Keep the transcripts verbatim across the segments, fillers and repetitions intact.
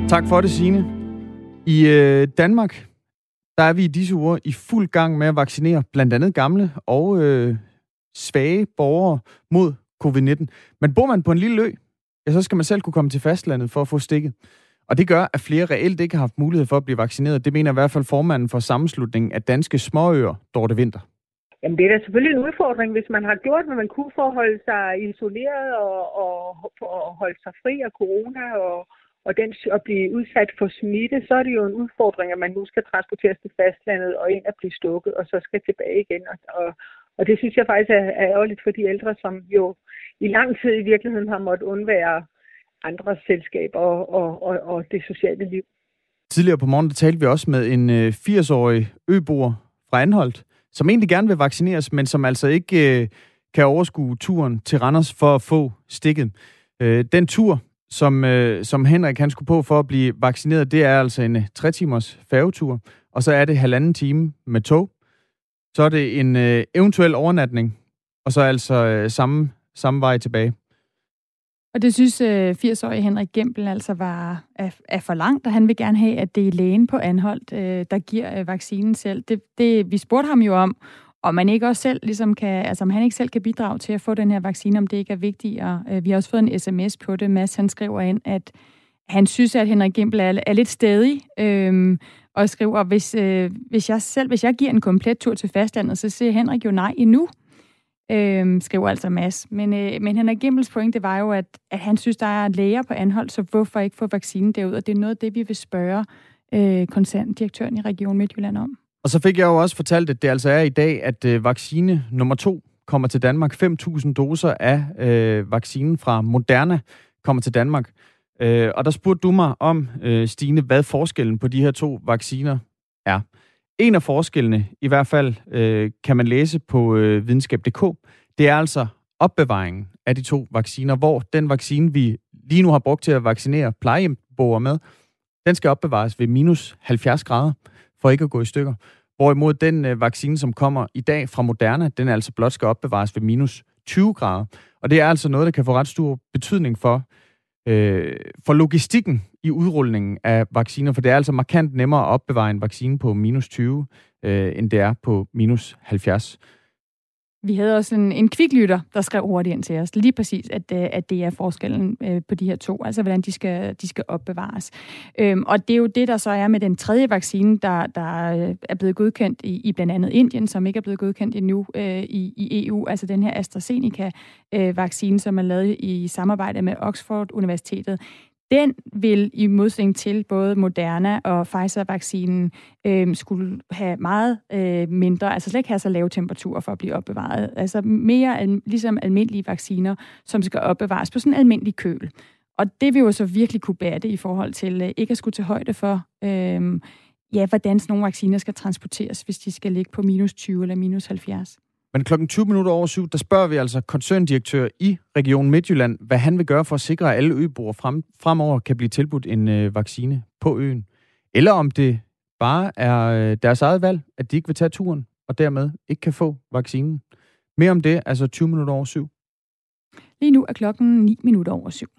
Tak for det, Signe. I øh, Danmark, der er vi i disse uger i fuld gang med at vaccinere blandt andet gamle og øh, svage borgere mod covid nitten. Men bor man på en lille ø, ja, så skal man selv kunne komme til fastlandet for at få stikket. Og det gør, at flere reelt ikke har haft mulighed for at blive vaccineret. Det mener i hvert fald formanden for sammenslutningen af danske småøer, Dorte Winther. Jamen, det er da selvfølgelig en udfordring, hvis man har gjort, hvad man kunne for at holde sig isoleret og, og, og holde sig fri af corona og, og den, at blive udsat for smitte, så er det jo en udfordring, at man nu skal transporteres til fastlandet og ind og blive stukket, og så skal tilbage igen. Og, og, og det synes jeg faktisk er, er ærgerligt for de ældre, som jo i lang tid i virkeligheden har måttet undvære andres selskab og, og, og, og det sociale liv. Tidligere på morgen, der talte vi også med en firs-årig øboer fra Anholt, som egentlig gerne vil vaccineres, men som altså ikke øh, kan overskue turen til Randers for at få stikket. Øh, den tur, som, øh, som Henrik han skulle på for at blive vaccineret, det er altså en tre timers færgetur, og så er det halvanden time med tog. Så er det en øh, eventuel overnatning, og så altså øh, samme, samme vej tilbage. Og det synes øh, firs-årige Henrik Gembel altså var er, er for langt, og han vil gerne have, at det er lægen på Anholt, øh, der giver øh, vaccinen selv. Det, det, vi spurgte ham jo om, om man ikke også selv ligesom kan, altså om han ikke selv kan bidrage til at få den her vaccine, om det ikke er vigtigere. Øh, vi har også fået en sms på det. Mads, han skriver ind, at han synes, at Henrik Gembel er, er lidt stædig, øh, og skriver, hvis, øh, hvis jeg selv, hvis jeg giver en komplet tur til fastlandet, så siger Henrik jo nej endnu. Øhm, skriver altså Mads. Men, øh, men Henrik Gembels pointe var jo, at, at han synes, der er læger på Anholt, så hvorfor ikke få vaccinen derud? Og det er noget af det, vi vil spørge øh, koncerndirektøren i Region Midtjylland om. Og så fik jeg jo også fortalt, at det altså er i dag, at øh, vaccine nummer to kommer til Danmark. fem tusind doser af øh, vaccinen fra Moderna kommer til Danmark. Øh, og der spurgte du mig om, øh, Stine, hvad forskellen på de her to vacciner er. En af forskellene, i hvert fald, øh, kan man læse på øh, videnskab punktum d k. Det er altså opbevaringen af de to vacciner, hvor den vaccine, vi lige nu har brugt til at vaccinere plejehjemsbeboere med, den skal opbevares ved minus halvfjerds grader, for ikke at gå i stykker. Hvorimod den øh, vaccine, som kommer i dag fra Moderna, den altså blot skal opbevares ved minus tyve grader. Og det er altså noget, der kan få ret stor betydning for, øh, for logistikken i udrulningen af vacciner, for det er altså markant nemmere at opbevare en vaccine på minus tyve, øh, end det er på minus halvfjerds. Vi havde også en, en kviklytter, der skrev hurtigt ind til os, lige præcis, at, at det er forskellen øh, på de her to, altså hvordan de skal, de skal opbevares. Øhm, og det er jo det, der så er med den tredje vaccine, der, der er blevet godkendt i, i blandt andet Indien, som ikke er blevet godkendt endnu øh, i, i E U, altså den her AstraZeneca-vaccine, øh, som er lavet i samarbejde med Oxford Universitetet. Den vil i modsætning til både Moderna og Pfizer-vaccinen øh, skulle have meget øh, mindre, altså slet ikke have så lave temperaturer for at blive opbevaret. Altså mere al- ligesom almindelige vacciner, som skal opbevares på sådan en almindelig køl. Og det vil jo så virkelig kunne bære det i forhold til øh, ikke at skulle tage højde for, øh, ja, hvordan sådan nogle vacciner skal transporteres, hvis de skal ligge på minus tyve eller minus halvfjerds. Men klokken tyve minutter over syv, der spørger vi altså koncerndirektør i Region Midtjylland, hvad han vil gøre for at sikre, at alle øboere frem, fremover kan blive tilbudt en øh, vaccine på øen. Eller om det bare er øh, deres eget valg, at de ikke vil tage turen, og dermed ikke kan få vaccinen. Mere om det, altså tyve minutter over syv. Lige nu er klokken ni minutter over syv.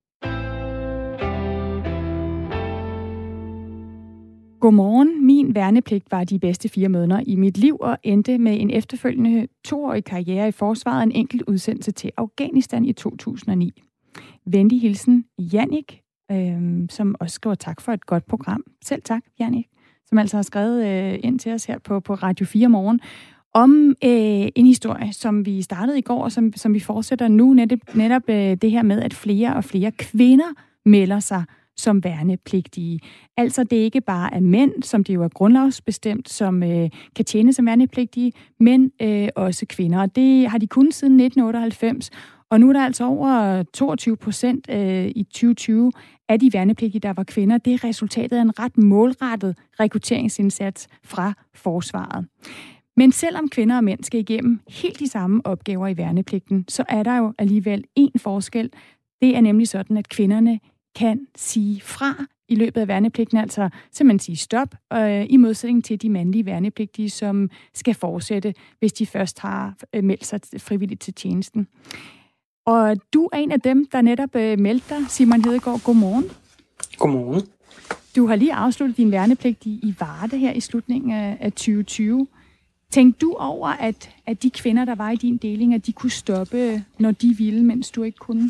Godmorgen. Min værnepligt var de bedste fire måneder i mit liv og endte med en efterfølgende toårig karriere i forsvaret og en enkelt udsendelse til Afghanistan i to tusind og ni. Venlig hilsen, Jannik, øh, som også skriver tak for et godt program. Selv tak, Jannik, som altså har skrevet øh, ind til os her på, på Radio fire Morgen om øh, en historie, som vi startede i går, og som, som vi fortsætter nu. Netop, netop øh, det her med, at flere og flere kvinder melder sig som værnepligtige. Altså, det er ikke bare er mænd, som det jo er grundlovsbestemt, som øh, kan tjene som værnepligtige, men øh, også kvinder. Og det har de kun siden nitten otteoghalvfems, og nu er der altså over toogtyve procent øh, i tyve tyve af de værnepligtige, der var kvinder. Det er resultatet af en ret målrettet rekrutteringsindsats fra forsvaret. Men selvom kvinder og mænd skal igennem helt de samme opgaver i værnepligten, så er der jo alligevel én forskel. Det er nemlig sådan, at kvinderne kan sige fra i løbet af værnepligten, altså simpelthen sige stop, øh, i modsætning til de mandlige værnepligtige, som skal fortsætte, hvis de først har øh, meldt sig frivilligt til tjenesten. Og du er en af dem, der netop øh, meldte dig, Simon Hedegaard. Godmorgen. Godmorgen. Du har lige afsluttet din værnepligt i, i Varde her i slutningen af, af tyve tyve. Tænkte du over, at, at de kvinder, der var i din deling, at de kunne stoppe, når de ville, mens du ikke kunne?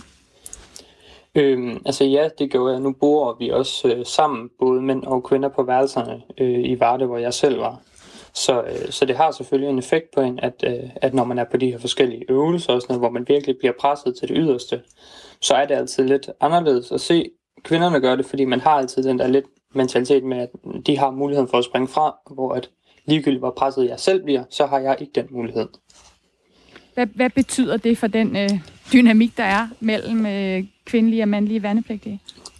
Øhm, altså ja, det gjorde jeg. Nu bor vi også øh, sammen, både mænd og kvinder på værelserne øh, i Varde, hvor jeg selv var. Så, øh, så det har selvfølgelig en effekt på en, at, øh, at når man er på de her forskellige øvelser, og sådan noget, hvor man virkelig bliver presset til det yderste, så er det altid lidt anderledes at se kvinderne gøre det, fordi man har altid den der lidt mentalitet med, at de har muligheden for at springe fra, hvor at ligegyldigt hvor presset jeg selv bliver, så har jeg ikke den mulighed. Hvad, hvad betyder det for den øh, dynamik, der er mellem øh, kvindelige og mandlige værnepligtige?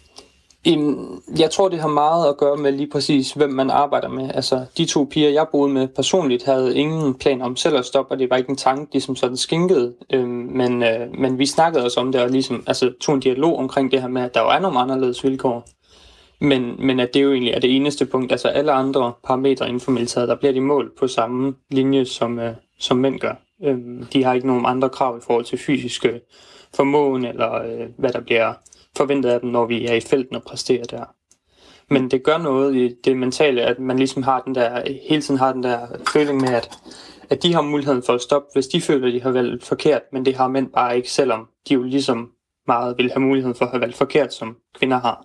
Jeg tror, det har meget at gøre med lige præcis, hvem man arbejder med. Altså, de to piger, jeg boede med personligt, havde ingen plan om selv at stoppe, og det var ikke en tanke, de som sådan skænkede. Øhm, men, øh, men vi snakkede også om det, og ligesom, altså, tog en dialog omkring det her med, at der jo er nogle anderledes vilkår. Men, men at det jo egentlig er det eneste punkt. Altså, alle andre parametre inden for militæret, der bliver de målt på samme linje, som, øh, som mænd gør. Øhm, de har ikke nogen andre krav i forhold til fysiske formåen, eller øh, hvad der bliver forventet af dem, når vi er i felten og præsterer der. Men det gør noget i det mentale, at man ligesom har den der, hele tiden har den der føling med, at, at de har muligheden for at stoppe, hvis de føler, at de har valgt forkert, men det har mænd bare ikke, selvom de jo ligesom meget vil have muligheden for at have valgt forkert, som kvinder har.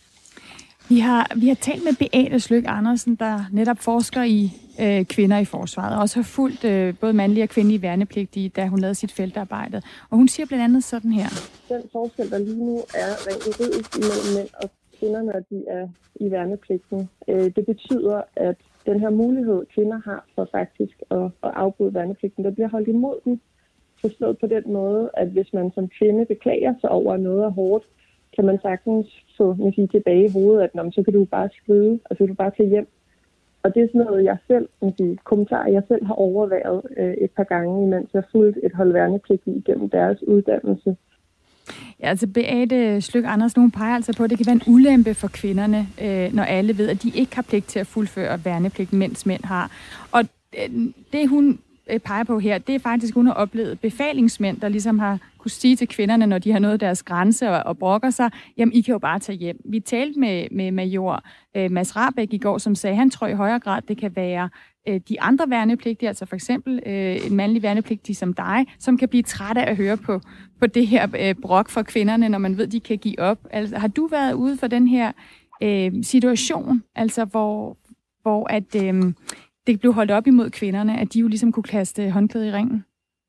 Vi har, vi har talt med Beate Sløk Andersen, der netop forsker i øh, kvinder i forsvaret, og også har fulgt øh, både mandlige og kvindelige værnepligtige, da hun lavede sit feltarbejde. Og hun siger blandt andet sådan her. Den forskel, der lige nu er rent juridisk imellem mænd og kvinder, når de er i værnepligten, øh, det betyder, at den her mulighed, kvinder har for faktisk at, at afbryde værnepligten, der bliver holdt imod den. Forstået på den måde, at hvis man som kvinde beklager sig over noget er hårdt, kan man sagtens få man sige, tilbage i hovedet, at så kan du bare skrive, og så kan du bare tage hjem. Og det er sådan noget, jeg selv, man sige, kommentarer, jeg selv har overværet øh, et par gange, imens jeg fulgte et hold værnepligtige igennem deres uddannelse. Ja, altså Beate Sløk Andersen, hun peger altså på, at det kan være en ulempe for kvinderne, øh, når alle ved, at de ikke har pligt til at fuldføre værnepligten, mens mænd har. Og øh, det hun peger på her, det er faktisk, hun har oplevet befalingsmænd, der ligesom har kunne sige til kvinderne, når de har nået deres grænse og, og brokker sig, jamen, I kan jo bare tage hjem. Vi talte med, med major øh, Mads Rahbek i går, som sagde, han tror i højere grad, det kan være øh, de andre værnepligtige, altså for eksempel øh, en mandlig værnepligtig som dig, som kan blive træt af at høre på, på det her øh, brok for kvinderne, når man ved, de kan give op. Altså, har du været ude for den her øh, situation, altså hvor, hvor at øh, det blev holdt op imod kvinderne, at de jo ligesom kunne kaste håndklædet i ringen?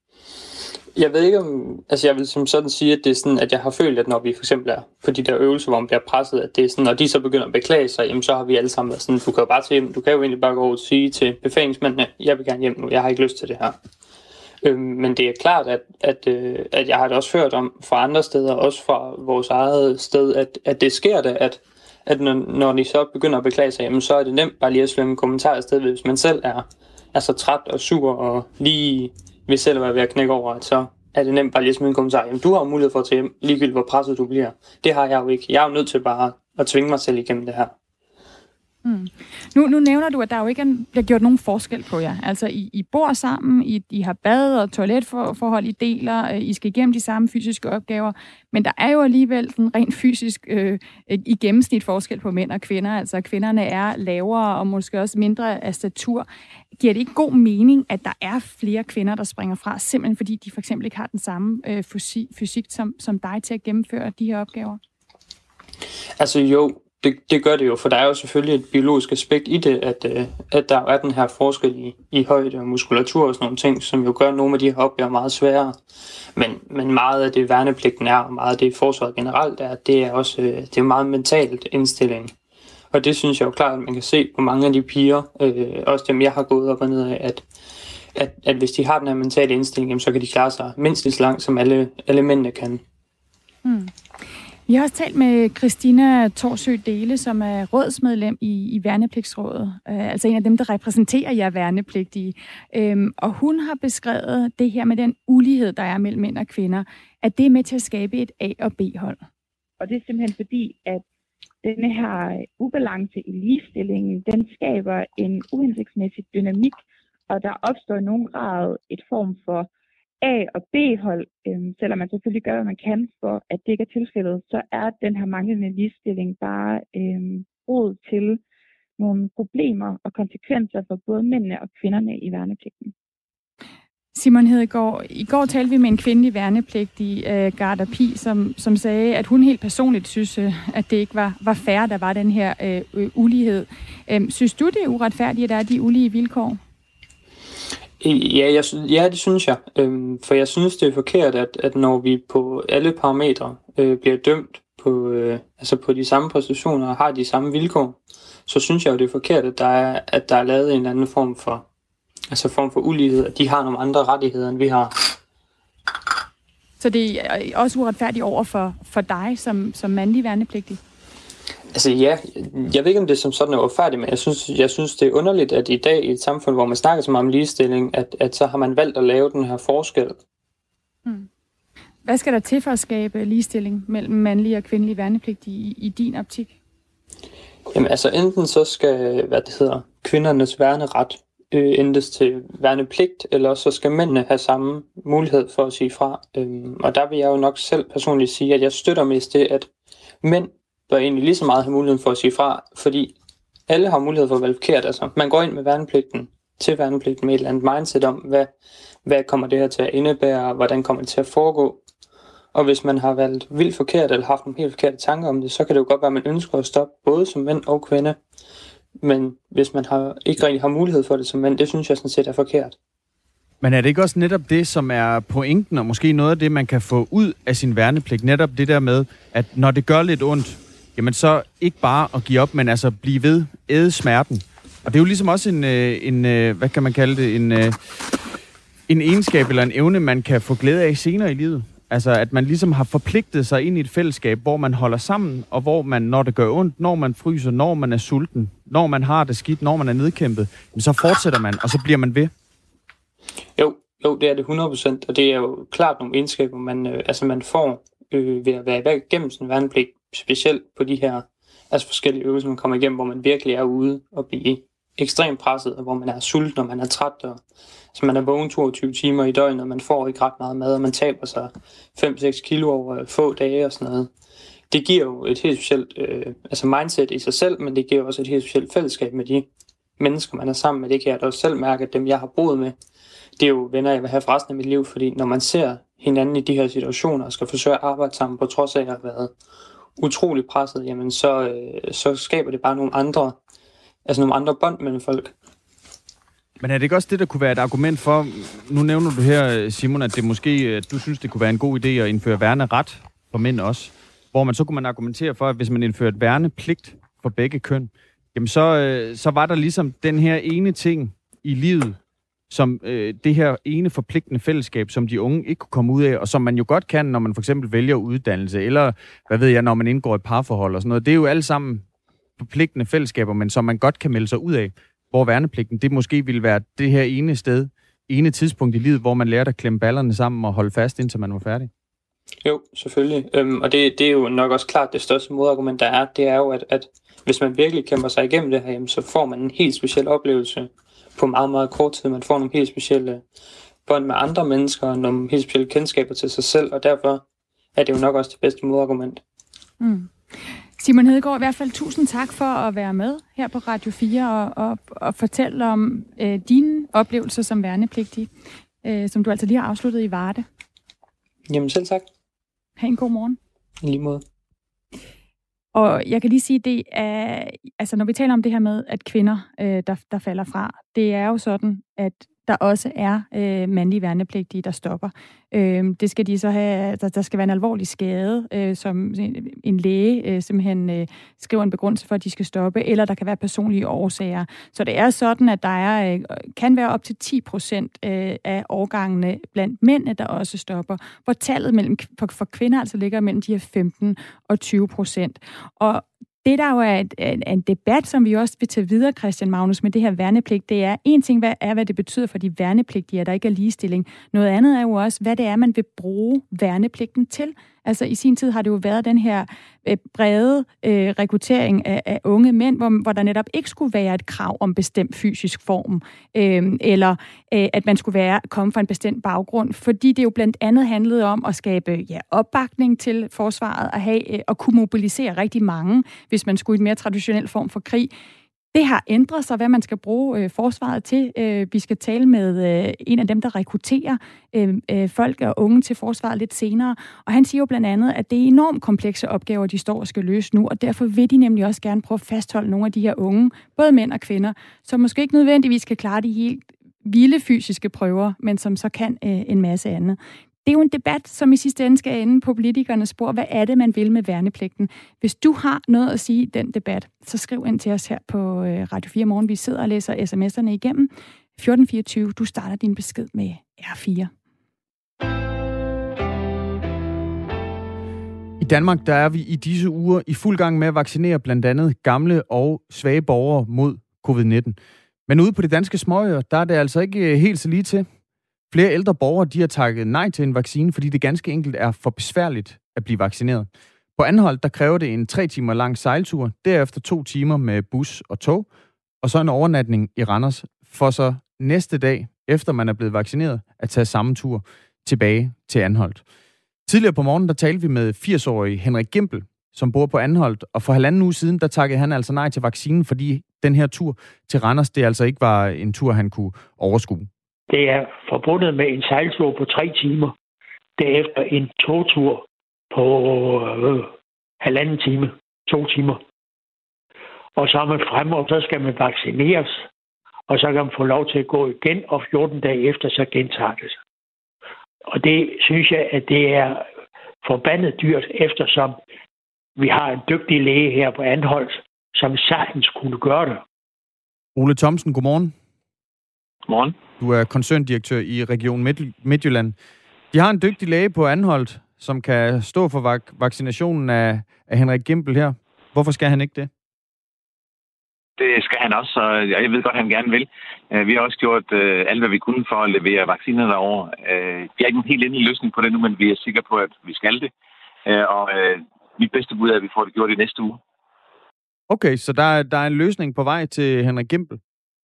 Jeg ved ikke om, altså jeg vil som sådan sige, at det er sådan, at jeg har følt, at når vi for eksempel er på de der øvelser, hvor man bliver presset, at det er sådan, når de så begynder at beklage sig, jamen så har vi alle sammen været sådan, du kan jo bare tage hjem, du kan jo egentlig bare gå over og sige til befalingsmændene, jeg vil gerne hjem nu, jeg har ikke lyst til det her. Øhm, men det er klart, at, at, øh, at jeg har det også hørt om fra andre steder, også fra vores eget sted, at, at det sker det, at at når, når de så begynder at beklage sig, jamen, så er det nemt bare lige at slynge en kommentar i stedet, hvis man selv er, er så træt og sur og lige vil selv være ved at knække over, at så er det nemt bare lige at smide en kommentar. Jamen, du har jo mulighed for at tage hjem, ligegyldigt hvor presset du bliver. Det har jeg jo ikke. Jeg er jo nødt til bare at tvinge mig selv igennem det her. Mm. Nu, nu nævner du, at der jo ikke er, bliver gjort nogen forskel på jer. Altså, I, I bor sammen, I, I har bad og toiletforhold, I deler, I skal igennem de samme fysiske opgaver, men der er jo alligevel den rent fysisk øh, i gennemsnit forskel på mænd og kvinder. Altså, kvinderne er lavere og måske også mindre af statur. Giver det ikke god mening, at der er flere kvinder, der springer fra, simpelthen fordi de for eksempel ikke har den samme øh, fysik, fysik som, som dig til at gennemføre de her opgaver? Altså jo, Det, det gør det jo, for der er jo selvfølgelig et biologisk aspekt i det, at, at der er den her forskel i, i højde og muskulatur og sådan nogle ting, som jo gør nogle af de her opgaver meget sværere. Men, men meget af det værnepligten er, og meget af det forsvaret generelt er, det er også det er meget mentalt indstilling. Og det synes jeg jo klart, at man kan se på mange af de piger, øh, også dem jeg har gået op og ned af, at, at, at hvis de har den her mentale indstilling, jamen, så kan de klare sig mindst lige så langt, som alle, alle mændene kan. Hmm. Vi har også talt med Christina Thorsø Dele, som er rådsmedlem i, i Værnepligtsrådet, øh, altså en af dem, der repræsenterer jer værnepligtige. Øhm, og hun har beskrevet det her med den ulighed, der er mellem mænd og kvinder, at det er med til at skabe et A- og B-hold. Og det er simpelthen fordi, at denne her ubalance i ligestillingen, den skaber en uhensigtsmæssig dynamik, og der opstår i nogen grad et form for A- og B-hold, øhm, selvom man selvfølgelig gør, hvad man kan for, at det ikke er tilfældet, så er den her manglende ligestilling bare øhm, rod til nogle problemer og konsekvenser for både mændene og kvinderne i værnepligten. Simon Hedegaard, i går talte vi med en kvindelig værnepligtig, uh, Garda Pi, som, som sagde, at hun helt personligt synes, uh, at det ikke var, var fair, der var den her uh, ulighed. Um, synes du, det er uretfærdigt, at der er de ulige vilkår? Ja, jeg, ja, det synes jeg. Øhm, for jeg synes, det er forkert, at, at når vi på alle parametre øh, bliver dømt på, øh, altså på de samme præstationer og har de samme vilkår, så synes jeg jo, det er forkert, at der er, at der er lavet en eller anden form for, altså form for ulighed, at de har nogle andre rettigheder, end vi har. Så det er også uretfærdigt over for, for dig som, som mandlig værnepligtig? Altså ja, jeg ved ikke, om det som sådan er uretfærdigt, men jeg synes, jeg synes, det er underligt, at i dag i et samfund, hvor man snakker så meget om ligestilling, at, at så har man valgt at lave den her forskel. Hmm. Hvad skal der til for at skabe ligestilling mellem mandlige og kvindelige værnepligtige i, i din optik? Jamen altså enten så skal, hvad det hedder, kvindernes værneret øh, ændres til værnepligt, eller så skal mændene have samme mulighed for at sige fra. Øhm, og der vil jeg jo nok selv personligt sige, at jeg støtter mest det, at mænd bør egentlig lige så meget have muligheden for at sige fra, fordi alle har mulighed for at være forkert. Altså, man går ind med værnepligten til værnepligten med et eller andet mindset om, hvad, hvad kommer det her til at indebære, og hvordan kommer det til at foregå. Og hvis man har valgt vildt forkert, eller haft nogle helt forkerte tanker om det, så kan det jo godt være, at man ønsker at stoppe, både som mænd og kvinde. Men hvis man har, ikke rigtig har mulighed for det som mænd, det synes jeg sådan set er forkert. Men er det ikke også netop det, som er pointen, og måske noget af det, man kan få ud af sin værnepligt? Netop det der med, at når det gør lidt ondt, jamen så ikke bare at give op, men altså blive ved, æde smerten. Og det er jo ligesom også en, en hvad kan man kalde det, en, en egenskab eller en evne, man kan få glæde af senere i livet. Altså at man ligesom har forpligtet sig ind i et fællesskab, hvor man holder sammen, og hvor man, når det gør ondt, når man fryser, når man er sulten, når man har det skidt, når man er nedkæmpet, så fortsætter man, og så bliver man ved. Jo, jo, det er det hundrede procent, og det er jo klart nogle egenskaber, man, øh, altså man får øh, ved at være igennem sin værnepligt, specielt på de her altså forskellige øvelser, man kommer igennem, hvor man virkelig er ude og blive ekstremt presset, og hvor man er sulten, og man er træt, og altså man er vågen toogtyve timer i døgnet, og man får ikke ret meget mad, og man taber sig fem til seks kilo over få dage og sådan noget. Det giver jo et helt specielt øh, altså mindset i sig selv, men det giver også et helt specielt fællesskab med de mennesker, man er sammen med. Det kan jeg da også selv mærke, at dem, jeg har boet med, det er jo venner, jeg vil have for resten af mit liv, fordi når man ser hinanden i de her situationer og skal forsøge at arbejde sammen, på trods af at jeg har været utrolig presset, jamen så, øh, så skaber det bare nogle andre, altså nogle andre bånd mellem folk. Men er det ikke også det, der kunne være et argument for, nu nævner du her, Simon, at det måske, at du synes, det kunne være en god idé at indføre værneret for mænd også, hvor man så kunne man argumentere for, at hvis man indførte værnepligt for begge køn, jamen så, øh, så var der ligesom den her ene ting i livet, som øh, det her ene forpligtende fællesskab, som de unge ikke kunne komme ud af, og som man jo godt kan, når man for eksempel vælger uddannelse, eller hvad ved jeg, når man indgår et parforhold og sådan noget. Det er jo alle sammen forpligtende fællesskaber, men som man godt kan melde sig ud af, hvor værnepligten, det måske ville være det her ene sted, ene tidspunkt i livet, hvor man lærte at klemme ballerne sammen og holde fast, indtil man var færdig. Jo, selvfølgelig. Øhm, og det, det er jo nok også klart det største modargument, der er, det er jo, at, at hvis man virkelig kæmper sig igennem det her, jamen, så får man en helt speciel oplevelse på meget, meget kort tid. Man får nogle helt specielle bånd med andre mennesker, nogle helt specielle kendskaber til sig selv, og derfor er det jo nok også det bedste modargument. Mm. Simon Hedegaard, i hvert fald tusind tak for at være med her på Radio fire og, og, og fortælle om øh, dine oplevelser som værnepligtig, øh, som du altså lige har afsluttet i Varde. Jamen selv tak. Ha' en god morgen. I lige måde. Og jeg kan lige sige, det er, altså når vi taler om det her med, at kvinder, øh, der, der falder fra, det er jo sådan, at der også er øh, mandlige værnepligtige, der stopper. Øh, det skal de så have, der, der skal være en alvorlig skade, øh, som en, en læge øh, simpelthen øh, skriver en begrundelse for, at de skal stoppe, eller der kan være personlige årsager. Så det er sådan, at der er, øh, kan være op til ti procent øh, af årgangene blandt mænd, der også stopper, hvor tallet mellem, for, for kvinder altså ligger mellem de her femten og tyve procent. Og det, der jo er et, en, en debat, som vi også vil tage videre, Christian Magnus, med det her værnepligt, det er en ting, hvad er, hvad det betyder for de værnepligtige, at der ikke er ligestilling. Noget andet er jo også, hvad det er, man vil bruge værnepligten til. Altså i sin tid har det jo været den her øh, brede øh, rekruttering af, af unge mænd, hvor, hvor der netop ikke skulle være et krav om bestemt fysisk form, øh, eller øh, at man skulle være komme fra en bestemt baggrund, fordi det jo blandt andet handlede om at skabe ja, opbakning til forsvaret, og have, øh, at kunne mobilisere rigtig mange, hvis man skulle i en mere traditionel form for krig. Det har ændret sig, hvad man skal bruge øh, forsvaret til. Øh, vi skal tale med øh, en af dem, der rekrutterer øh, øh, folk og unge til forsvaret lidt senere. Og han siger jo blandt andet, at det er enormt komplekse opgaver, de står og skal løse nu, og derfor vil de nemlig også gerne prøve at fastholde nogle af de her unge, både mænd og kvinder, som måske ikke nødvendigvis skal klare de helt vilde fysiske prøver, men som så kan øh, en masse andet. Det er jo en debat, som i sidste ende skal ende på politikernes spor. Hvad er det, man vil med værnepligten? Hvis du har noget at sige i den debat, så skriv ind til os her på Radio fire Morgen. Vi sidder og læser sms'erne igennem. fjorten fireogtyve. Du starter din besked med R fire. I Danmark der er vi i disse uger i fuld gang med at vaccinere blandt andet gamle og svage borgere mod covid nitten. Men ude på de danske småøer, der er det altså ikke helt så lige til. Flere ældre borgere de har takket nej til en vaccine, fordi det ganske enkelt er for besværligt at blive vaccineret. På Anholt der kræver det en tre timer lang sejltur, derefter to timer med bus og tog, og så en overnatning i Randers, for så næste dag, efter man er blevet vaccineret, at tage samme tur tilbage til Anholt. Tidligere på morgenen der talte vi med firs-årige Henrik Gimpel, som bor på Anholt, og for halvanden uge siden, der takkede han altså nej til vaccinen, fordi den her tur til Randers, det altså ikke var en tur, han kunne overskue. Det er forbundet med en sejltur på tre timer. Derefter en togtur på øh, halvanden time, to timer. Og så er man fremme, og så skal man vaccineres. Og så kan man få lov til at gå igen, og fjorten dage efter, så gentager det sig. Og det synes jeg, at det er forbandet dyrt, eftersom vi har en dygtig læge her på Anholt, som sagtens kunne gøre det. Ole Thomsen, godmorgen. Godmorgen. Du er koncerndirektør i Region Midt- Midtjylland. De har en dygtig læge på Anholt, som kan stå for vak- vaccinationen af, af Henrik Gimpel her. Hvorfor skal han ikke det? Det skal han også, og jeg ved godt, at han gerne vil. Vi har også gjort alt, hvad vi kunne for at levere vacciner derovre. Vi har ikke en helt endelig løsning på det nu, men vi er sikre på, at vi skal det. Og mit bedste bud er, at vi får det gjort i næste uge. Okay, så der er, der er en løsning på vej til Henrik Gimpel?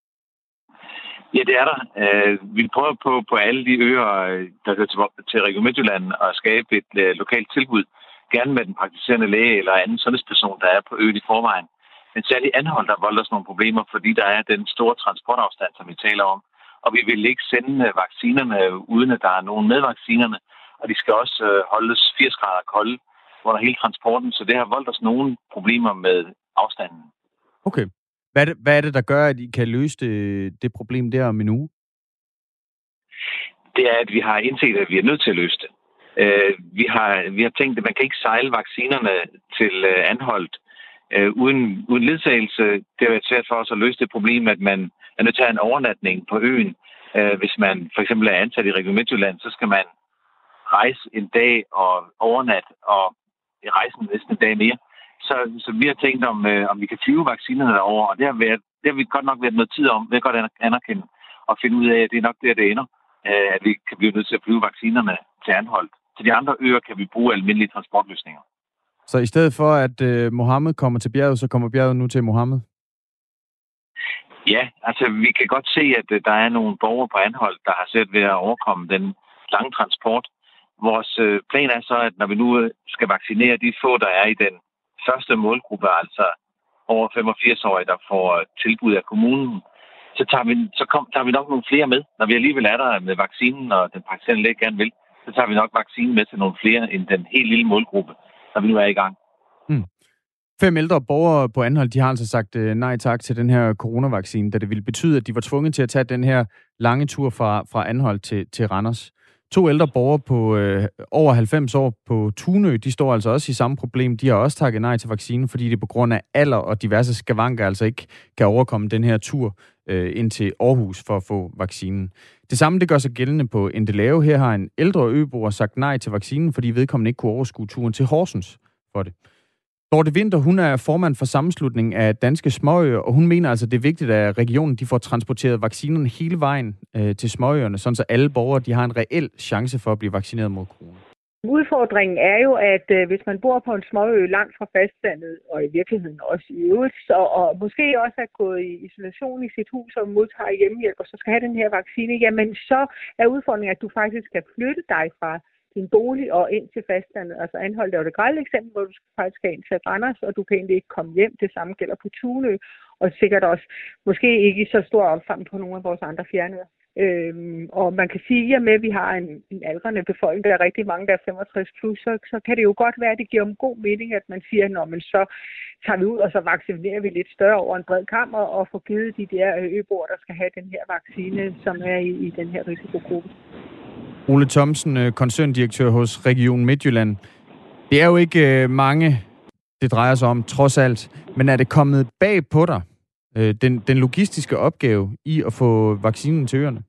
Ja, det er der. Vi prøver på, på alle de øer, der hører til, til Region Midtjylland, at skabe et uh, lokalt tilbud. Gerne med den praktiserende læge eller anden sundhedsperson, der er på øen i forvejen. Men særligt Anholt, der volder os nogle problemer, fordi der er den store transportafstand, som vi taler om. Og vi vil ikke sende vaccinerne, uden at der er nogen med vaccinerne. Og de skal også uh, holdes firs grader kolde under hele transporten. Så det har voldt os nogle problemer med afstanden. Okay. Hvad er, det, hvad er det, der gør, at I kan løse det, det problem der om en uge? Det er, at vi har indset, at vi er nødt til at løse det. Uh, vi, har, vi har tænkt, at man kan ikke sejle vaccinerne til uh, Anholt uh, uden, uden ledsagelse. Det har været svært for os at løse det problem, at man er nødt til at have en overnatning på øen. Uh, hvis man for eksempel er ansat i Region Midtjylland, så skal man rejse en dag og overnat og rejse næsten en dag mere. Så, så vi har tænkt, om, øh, om vi kan flyve vaccinerne derovre, og det har, været, det har vi godt nok været noget tid om, det er godt anerkende, og finde ud af, at det er nok der, det ender, øh, at vi kan blive nødt til at flyve vaccinerne til Anholt. Til de andre øer kan vi bruge almindelige transportløsninger. Så i stedet for, at øh, Mohammed kommer til bjerget, så kommer bjerget nu til Mohammed? Ja, altså vi kan godt se, at øh, der er nogle borgere på Anholt, der har svært ved at overkomme den lange transport. Vores øh, plan er så, at når vi nu skal vaccinere de få, der er i den første målgruppe, altså over femogfirs-årige, der får tilbud af kommunen, så tager vi, så kom, tager vi nok nogle flere med. Når vi alligevel er der med vaccinen, og den praktiserende læge gerne vil, så tager vi nok vaccinen med til nogle flere end den helt lille målgruppe, når vi nu er i gang. Hmm. Fem ældre borgere på Anholt, de har altså sagt øh, nej tak til den her coronavaccine, da det ville betyde, at de var tvunget til at tage den her lange tur fra, fra Anholt til, til Randers. To ældre borgere på øh, over halvfems år på Tunø, de står altså også i samme problem. De har også takket nej til vaccinen, fordi det på grund af alder og diverse skavanker altså ikke kan overkomme den her tur øh, ind til Aarhus for at få vaccinen. Det samme det gør sig gældende på Endelave. Her har en ældre øboer sagt nej til vaccinen, fordi vedkommende ikke kunne overskue turen til Horsens for det. Dorte Winther, hun er formand for sammenslutningen af danske småøer, og hun mener altså, det er vigtigt, at regionen de får transporteret vaccinerne hele vejen øh, til småøerne, sådan så alle borgere de har en reel chance for at blive vaccineret mod corona. Udfordringen er jo, at øh, hvis man bor på en småø langt fra fastlandet, og i virkeligheden også i øvrigt, så, og måske også er gået i isolation i sit hus og modtager hjemmehjælp, og så skal have den her vaccine, jamen så er udfordringen, at du faktisk skal flytte dig fra din bolig og ind til fastlandet. Altså Anholt er jo det grelle eksempel, hvor du faktisk skal ind til Randers, og du kan egentlig ikke komme hjem. Det samme gælder på Tunø, og sikkert også måske ikke i så stor omfang på nogle af vores andre fjernøer. Øhm, og man kan sige, at med at vi har en, en aldrende befolkning, der er rigtig mange, der er femogtres plus, så, så kan det jo godt være, at det giver en god mening, at man siger, at men så tager vi ud, og så vaccinerer vi lidt større over en bred kammer, og får givet de der øboer, der skal have den her vaccine, som er i, i den her risikogruppe. Ole Thomsen, koncerndirektør hos Region Midtjylland. Det er jo ikke mange, det drejer sig om, trods alt. Men er det kommet bag på dig, den, den logistiske opgave i at få vaccinen til øerne?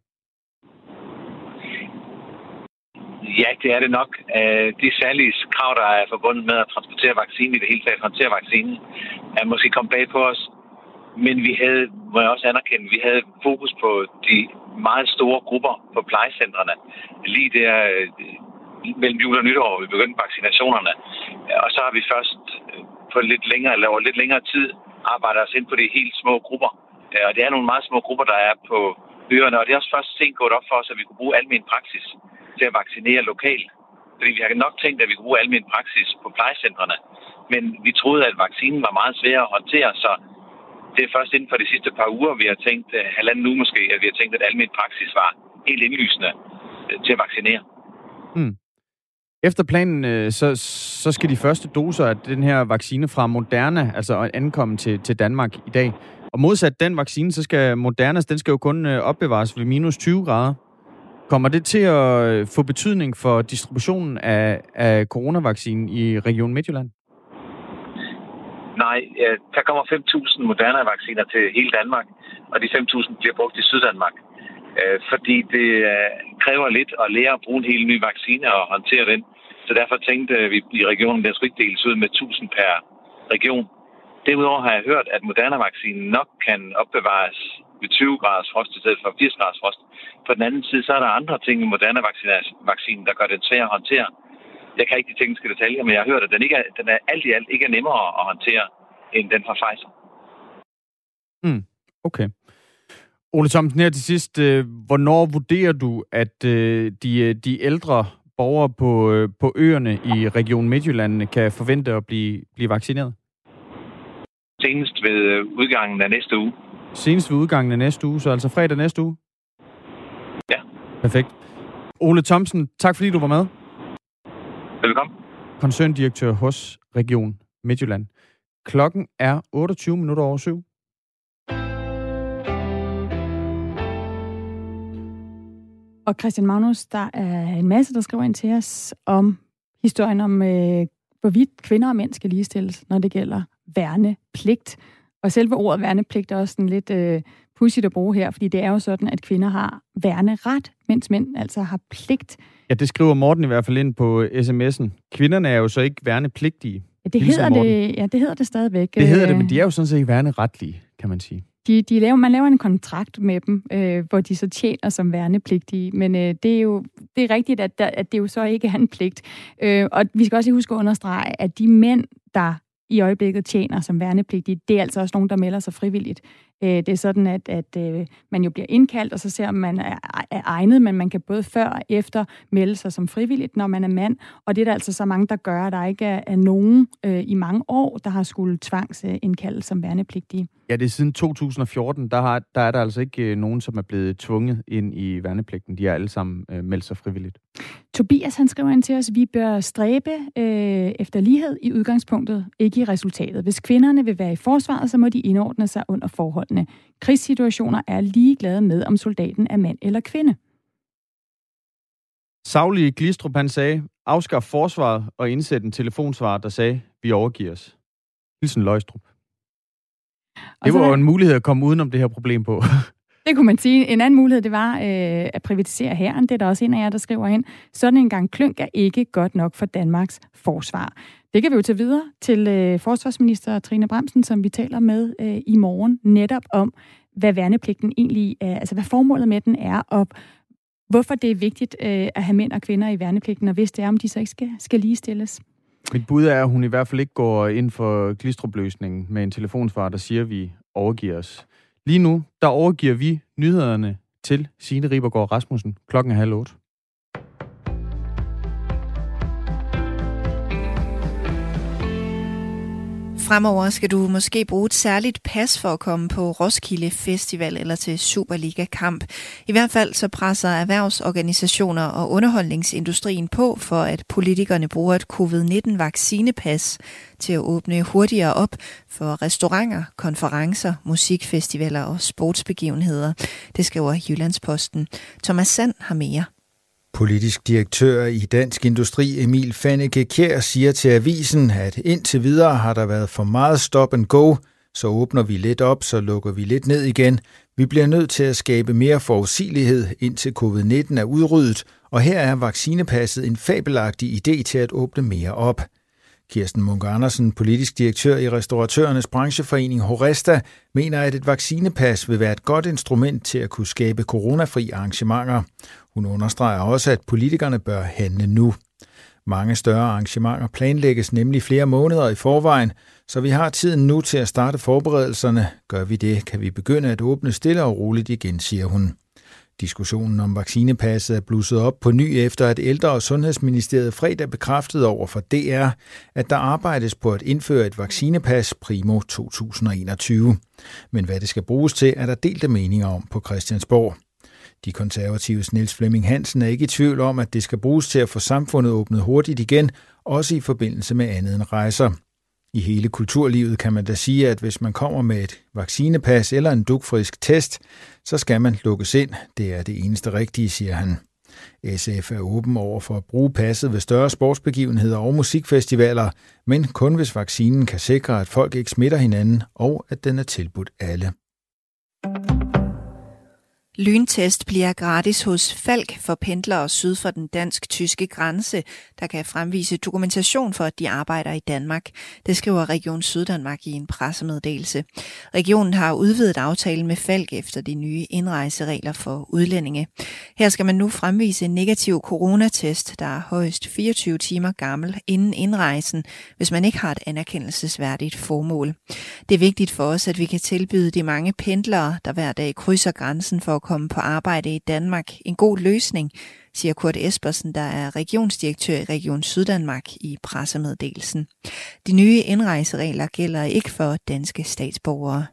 Ja, det er det nok. De særlige krav, der er forbundet med at transportere vaccinen, i det hele taget transportere vaccinen, er måske kommet bag på os. Men vi havde, må jeg også anerkende, vi havde fokus på de meget store grupper på plejecentrene. Lige der mellem jul og nytår, hvor vi begyndte vaccinationerne. Og så har vi først på lidt længere, eller over lidt længere tid arbejdet os ind på de helt små grupper. Og det er nogle meget små grupper, der er på øerne. Og det er også først sent gået op for os, at vi kunne bruge almen praksis til at vaccinere lokalt. Fordi vi har nok tænkt, at vi kunne bruge almen praksis på plejecentrene. Men vi troede, at vaccinen var meget svær at håndtere, så det er først inden for de sidste par uger, vi har tænkt, halvanden uge måske, at vi har tænkt, at almen praksis var helt indlysende til at vaccinere. Mm. Efter planen, så, så skal de første doser af den her vaccine fra Moderna, altså ankomme til, til Danmark i dag. Og modsat den vaccine, så skal Modernas, den skal jo kun opbevares ved minus tyve grader. Kommer det til at få betydning for distributionen af, af coronavaccinen i Region Midtjylland? Nej, der kommer fem tusind Moderna-vacciner til hele Danmark, og de fem tusind bliver brugt i Syddanmark. Fordi det kræver lidt at lære at bruge en helt ny vaccine og håndtere den. Så derfor tænkte vi i regionen, at den skulle ikke deles ud med tusind per region. Derudover har jeg hørt, at Moderna-vaccinen nok kan opbevares ved tyve graders frost i stedet for firs graders frost. På den anden side, så er der andre ting i Moderna-vaccinen, der gør den svær at håndtere. Jeg kan ikke de tekniske detaljer, men jeg har hørt, at den, ikke er, den er alt i alt ikke er nemmere at håndtere end den fra Pfizer. Mm, okay. Ole Thomsen, her til sidst. Hvornår vurderer du, at de, de ældre borgere på, på øerne i Region Midtjylland kan forvente at blive, blive vaccineret? Senest ved udgangen af næste uge. Senest ved udgangen af næste uge, så altså fredag næste uge? Ja. Perfekt. Ole Thomsen, tak fordi du var med. Velkommen. Koncerndirektør hos Region Midtjylland. Klokken er otteogtyve minutter over syv. Og Christian Magnus, der er en masse, der skriver ind til os om historien om, øh, hvorvidt kvinder og mænd skal ligestilles, når det gælder værnepligt. Og selve ordet værnepligt er også sådan lidt øh, pudsigt at bruge her, fordi det er jo sådan, at kvinder har værneret, mens mænd altså har pligt. Ja, det skriver Morten i hvert fald ind på sms'en. Kvinderne er jo så ikke værnepligtige. Ja, det hedder det, ja, det hedder det stadigvæk. Det hedder det, men de er jo sådan set værneretlige, kan man sige. De, de laver, man laver en kontrakt med dem, øh, hvor de så tjener som værnepligtige, men øh, det er jo det er rigtigt, at, der, at det jo så ikke er en pligt. Øh, og vi skal også huske at understrege, at de mænd, der i øjeblikket tjener som værnepligtige, det er altså også nogen, der melder sig frivilligt. Det er sådan, at, at man jo bliver indkaldt, og så ser man er, er egnet, men man kan både før og efter melde sig som frivilligt, når man er mand. Og det er der altså så mange, der gør, at der ikke er, er nogen øh, i mange år, der har skulle tvangsindkalde som værnepligtige. Ja, det er siden to tusind og fjorten, der, har, der er der altså ikke øh, nogen, som er blevet tvunget ind i værnepligten. De er alle sammen øh, meldt sig frivilligt. Tobias, han skriver ind til os, vi bør stræbe øh, efter lighed i udgangspunktet, ikke i resultatet. Hvis kvinderne vil være i forsvaret, så må de indordne sig under forholdene. Krigssituationer er ligeglade med, om soldaten er mand eller kvinde. Saglige Glistrup, han sagde, afskaf forsvaret og indsæt en telefonsvarer, der sagde, vi overgiver os. Hilsen Løgstrup. Det var jo en mulighed at komme udenom det her problem på. Det kunne man sige. En anden mulighed, det var øh, at privatisere hæren. Det er der også en af jer, der skriver ind. Sådan en gang klynk er ikke godt nok for Danmarks forsvar. Det kan vi jo tage videre til øh, forsvarsminister Trine Bramsen, som vi taler med øh, i morgen, netop om, hvad værnepligten egentlig er, altså hvad formålet med den er, og hvorfor det er vigtigt øh, at have mænd og kvinder i værnepligten, og hvis det er, om de så ikke skal, skal ligestilles. Mit bud er, at hun i hvert fald ikke går ind for Glistrup-løsningen med en telefonsvarer, der siger, at vi overgiver os. Lige nu, der overgiver vi nyhederne til Signe Ribergaard Rasmussen. Klokken er halv otte. Fremover skal du måske bruge et særligt pas for at komme på Roskilde Festival eller til Superliga-kamp. I hvert fald så presser erhvervsorganisationer og underholdningsindustrien på for, at politikerne bruger et covid nitten vaccinepas til at åbne hurtigere op for restauranter, konferencer, musikfestivaler og sportsbegivenheder. Det skriver Jyllandsposten. Thomas Sand har mere. Politisk direktør i Dansk Industri Emil Fanneke Kjær siger til avisen, at indtil videre har der været for meget stop and go, så åbner vi lidt op, så lukker vi lidt ned igen. Vi bliver nødt til at skabe mere forudsigelighed, indtil covid nitten er udryddet, og her er vaccinepasset en fabelagtig idé til at åbne mere op. Kirsten Munk Andersen, politisk direktør i Restauratørernes brancheforening Horesta, mener, at et vaccinepas vil være et godt instrument til at kunne skabe coronafri arrangementer. Hun understreger også, at politikerne bør handle nu. Mange større arrangementer planlægges nemlig flere måneder i forvejen, så vi har tiden nu til at starte forberedelserne. Gør vi det, kan vi begynde at åbne stille og roligt igen, siger hun. Diskussionen om vaccinepasset er blusset op på ny efter, at Ældre- og Sundhedsministeriet fredag bekræftede over for D R, at der arbejdes på at indføre et vaccinepas primo to tusind og enogtyve. Men hvad det skal bruges til, er der delte meninger om på Christiansborg. De konservatives Niels Flemming Hansen er ikke i tvivl om, at det skal bruges til at få samfundet åbnet hurtigt igen, også i forbindelse med andet end rejser. I hele kulturlivet kan man da sige, at hvis man kommer med et vaccinepas eller en dugfrisk test, så skal man lukkes ind. Det er det eneste rigtige, siger han. S F er åben over for at bruge passet ved større sportsbegivenheder og musikfestivaler, men kun hvis vaccinen kan sikre, at folk ikke smitter hinanden, og at den er tilbudt alle. Lyntest bliver gratis hos Falck for pendlere syd for den dansk-tyske grænse, der kan fremvise dokumentation for, at de arbejder i Danmark. Det skriver Region Syddanmark i en pressemeddelelse. Regionen har udvidet aftalen med Falck efter de nye indrejseregler for udlændinge. Her skal man nu fremvise en negativ coronatest, der er højst fireogtyve timer gammel inden indrejsen, hvis man ikke har et anerkendelsesværdigt formål. Det er vigtigt for os, at vi kan tilbyde de mange pendlere, der hver dag krydser grænsen for at komme på arbejde i Danmark, en god løsning, siger Kurt Espersen, der er regionsdirektør i Region Syddanmark i pressemeddelelsen. De nye indrejseregler gælder ikke for danske statsborgere.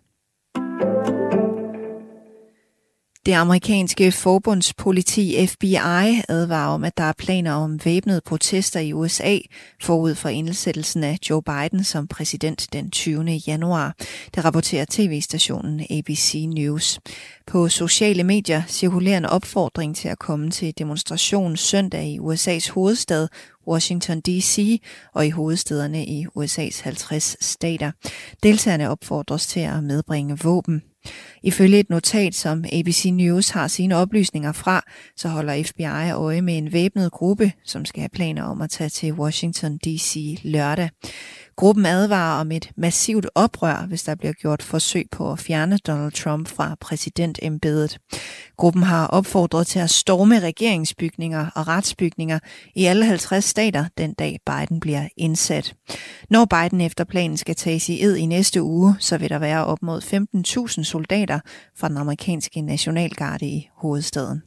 Det amerikanske forbundspoliti F B I advarer om, at der er planer om væbnede protester i U S A forud for indsættelsen af Joe Biden som præsident den tyvende januar. Det rapporterer tv-stationen A B C News. På sociale medier cirkulerer en opfordring til at komme til demonstration søndag i U S A's hovedstad Washington D C og i hovedstederne i U S A's halvtreds stater. Deltagerne opfordres til at medbringe våben. Ifølge et notat, som A B C News har sine oplysninger fra, så holder F B I øje med en væbnet gruppe, som skal have planer om at tage til Washington D C lørdag. Gruppen advarer om et massivt oprør, hvis der bliver gjort forsøg på at fjerne Donald Trump fra præsidentembedet. Gruppen har opfordret til at storme regeringsbygninger og retsbygninger i alle halvtreds stater den dag Biden bliver indsat. Når Biden efter planen skal tages i ed i næste uge, så vil der være op mod femten tusind soldater fra den amerikanske nationalgarde i hovedstaden.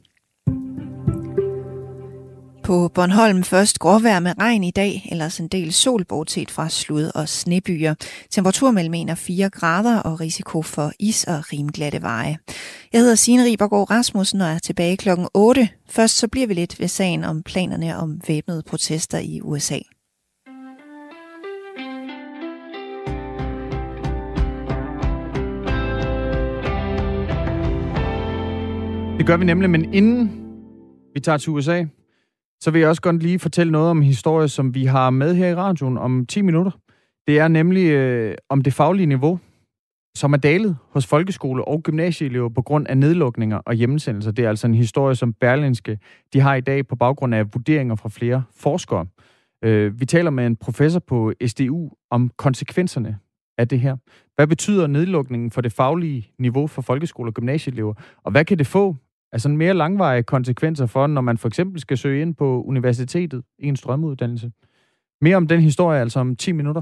På Bornholm først gråvejr med regn i dag, ellers en del sol bortset fra slud- og snebyer. Temperatur mellem en og fire grader og risiko for is og rimglatte veje. Jeg hedder Signe Ribergaard Rasmussen og er tilbage klokken otte. Først så bliver vi lidt ved sagen om planerne om væbnede protester i U S A. Det gør vi nemlig, men inden vi tager til U S A, så vil jeg også godt lige fortælle noget om en historie, som vi har med her i radioen om ti minutter. Det er nemlig øh, om det faglige niveau, som er dalet hos folkeskole- og gymnasieelever på grund af nedlukninger og hjemsendelser. Det er altså en historie, som Berlingske de har i dag på baggrund af vurderinger fra flere forskere. Øh, vi taler med en professor på S D U om konsekvenserne af det her. Hvad betyder nedlukningen for det faglige niveau for folkeskole- og gymnasieelever? Og hvad kan det få altså mere langvarige konsekvenser for, når man for eksempel skal søge ind på universitetet i en strømmeuddannelse. Mere om den historie, altså om ti minutter.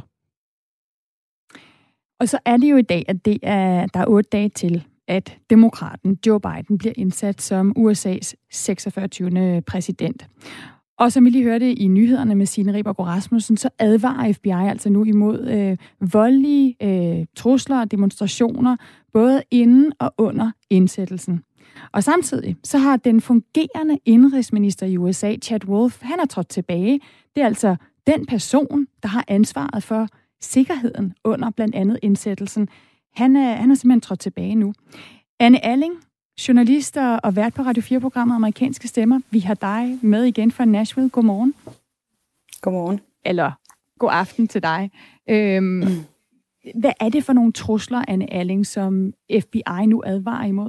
Og så er det jo i dag, at det er, der er otte dage til, at demokraten Joe Biden bliver indsat som U S A's seksogfyrre præsident. Og som vi lige hørte i nyhederne med Signe Ribergaard Rasmussen, så advarer F B I altså nu imod øh, voldelige øh, trusler og demonstrationer, både inden og under indsættelsen. Og samtidig så har den fungerende indrigsminister i U S A, Chad Wolf, han er trådt tilbage. Det er altså den person, der har ansvaret for sikkerheden under blandt andet indsættelsen. Han er, han er simpelthen trådt tilbage nu. Anne Alling, journalist og vært på Radio fire-programmet Amerikanske Stemmer. Vi har dig med igen fra Nashville. Godmorgen. Godmorgen. Eller god aften til dig. Øhm, mm. Hvad er det for nogle trusler, Anne Alling, som F B I nu advarer imod?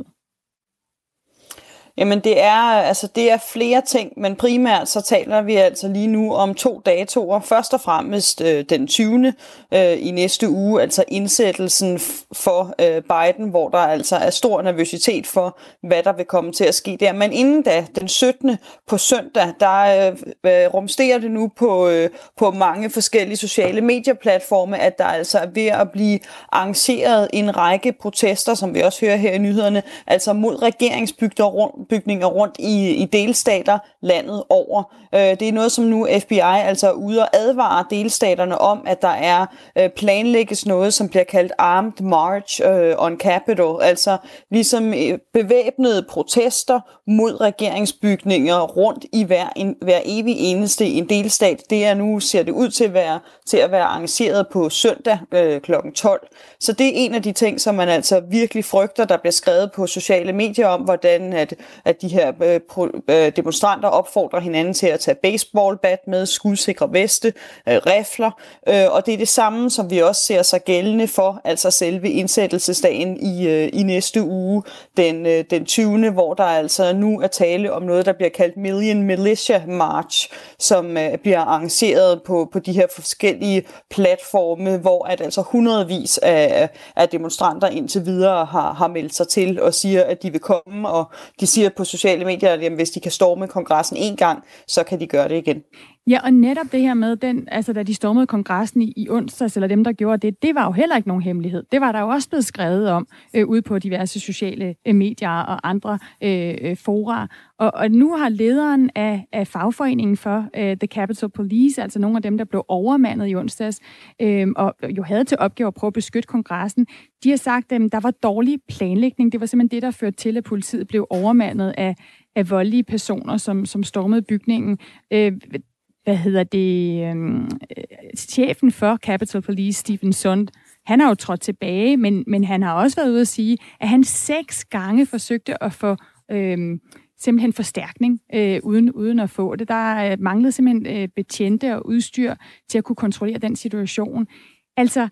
Jamen det er, altså det er flere ting, men primært så taler vi altså lige nu om to datoer. Først og fremmest øh, den tyvende Øh, i næste uge, altså indsættelsen f- for øh, Biden, hvor der altså er stor nervøsitet for, hvad der vil komme til at ske der. Men inden da, den syttende på søndag, der øh, rumsterer det nu på, øh, på mange forskellige sociale medieplatforme, at der altså er ved at blive arrangeret en række protester, som vi også hører her i nyhederne, altså mod regeringsbygninger rundt bygninger rundt i, i delstater landet over. Øh, det er noget, som nu F B I altså er ude og advare delstaterne om, at der er øh, planlægges noget, som bliver kaldt Armed March øh, on Capitol, altså ligesom øh, bevæbnede protester mod regeringsbygninger rundt i hver, en, hver evig eneste en delstat. Det er nu, ser det ud til at være, til at være arrangeret på søndag øh, klokken tolv. Så det er en af de ting, som man altså virkelig frygter, der bliver skrevet på sociale medier om, hvordan at at de her øh, pro, øh, demonstranter opfordrer hinanden til at tage baseballbat med, skudsikre veste, øh, rifler, øh, og det er det samme, som vi også ser sig gældende for, altså selve indsættelsesdagen i, øh, i næste uge, den, øh, den tyvende hvor der altså nu er tale om noget, der bliver kaldt Million Militia March, som øh, bliver arrangeret på, på de her forskellige platforme, hvor at altså hundredvis af, af demonstranter indtil videre har, har meldt sig til og siger, at de vil komme, og de siger på sociale medier, at jamen, hvis de kan storme kongressen en gang, så kan de gøre det igen. Ja, og netop det her med, den, altså da de stormede kongressen i, i onsdags, eller dem, der gjorde det, det var jo heller ikke nogen hemmelighed. Det var der jo også blevet skrevet om øh, ude på diverse sociale øh, medier og andre øh, fora. Og, og nu har lederen af, af fagforeningen for øh, The Capitol Police, altså nogle af dem, der blev overmandet i onsdags, øh, og jo havde til opgave at prøve at beskytte kongressen, de har sagt, at øh, der var dårlig planlægning. Det var simpelthen det, der førte til, at politiet blev overmandet af, af voldelige personer, som, som stormede bygningen. Øh, Hvad hedder det? Øh, chefen for Capitol Police, Stephen Sund, han har jo trådt tilbage, men, men han har også været ude at sige, at han seks gange forsøgte at få øh, simpelthen forstærkning, øh, uden, uden at få det. Der manglede simpelthen øh, betjente og udstyr til at kunne kontrollere den situation. Altså,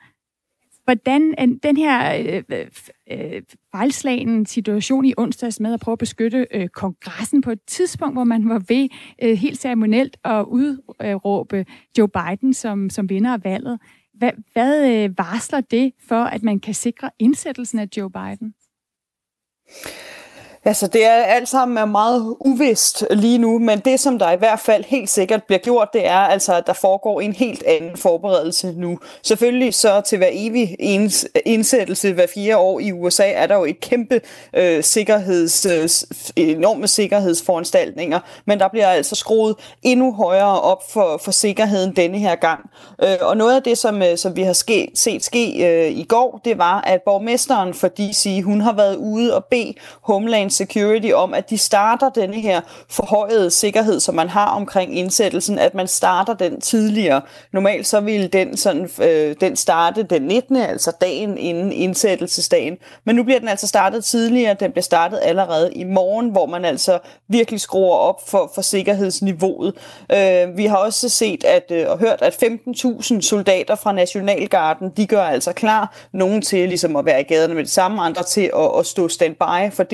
hvordan den her øh, øh, fejlslagen situation i onsdags med at prøve at beskytte øh, kongressen på et tidspunkt, hvor man var ved øh, helt ceremonielt at udråbe Joe Biden som, som vinder af valget. Hvad, hvad øh, varsler det for, at man kan sikre indsættelsen af Joe Biden? Altså, det er alt sammen er meget uvist lige nu, men det, som der i hvert fald helt sikkert bliver gjort, det er altså, at der foregår en helt anden forberedelse nu. Selvfølgelig så til hver evig indsættelse hver fire år i U S A, er der jo et kæmpe øh, sikkerheds, øh, enorme sikkerhedsforanstaltninger, men der bliver altså skruet endnu højere op for, for sikkerheden denne her gang. Øh, og noget af det, som, som vi har ske, set ske øh, i går, det var, at borgmesteren for D C, hun har været ude og bede Homeland Security om, at de starter denne her forhøjede sikkerhed, som man har omkring indsættelsen, at man starter den tidligere. Normalt så ville den, sådan, øh, den starte den nittende, altså dagen inden indsættelsesdagen. Men nu bliver den altså startet tidligere. Den bliver startet allerede i morgen, hvor man altså virkelig skruer op for, for sikkerhedsniveauet. Øh, vi har også set at, øh, og hørt, at femten tusind soldater fra Nationalgarden, de gør altså klar. Nogen til ligesom at være i gaderne med det samme, andre til at, at stå standby, for det var jo et af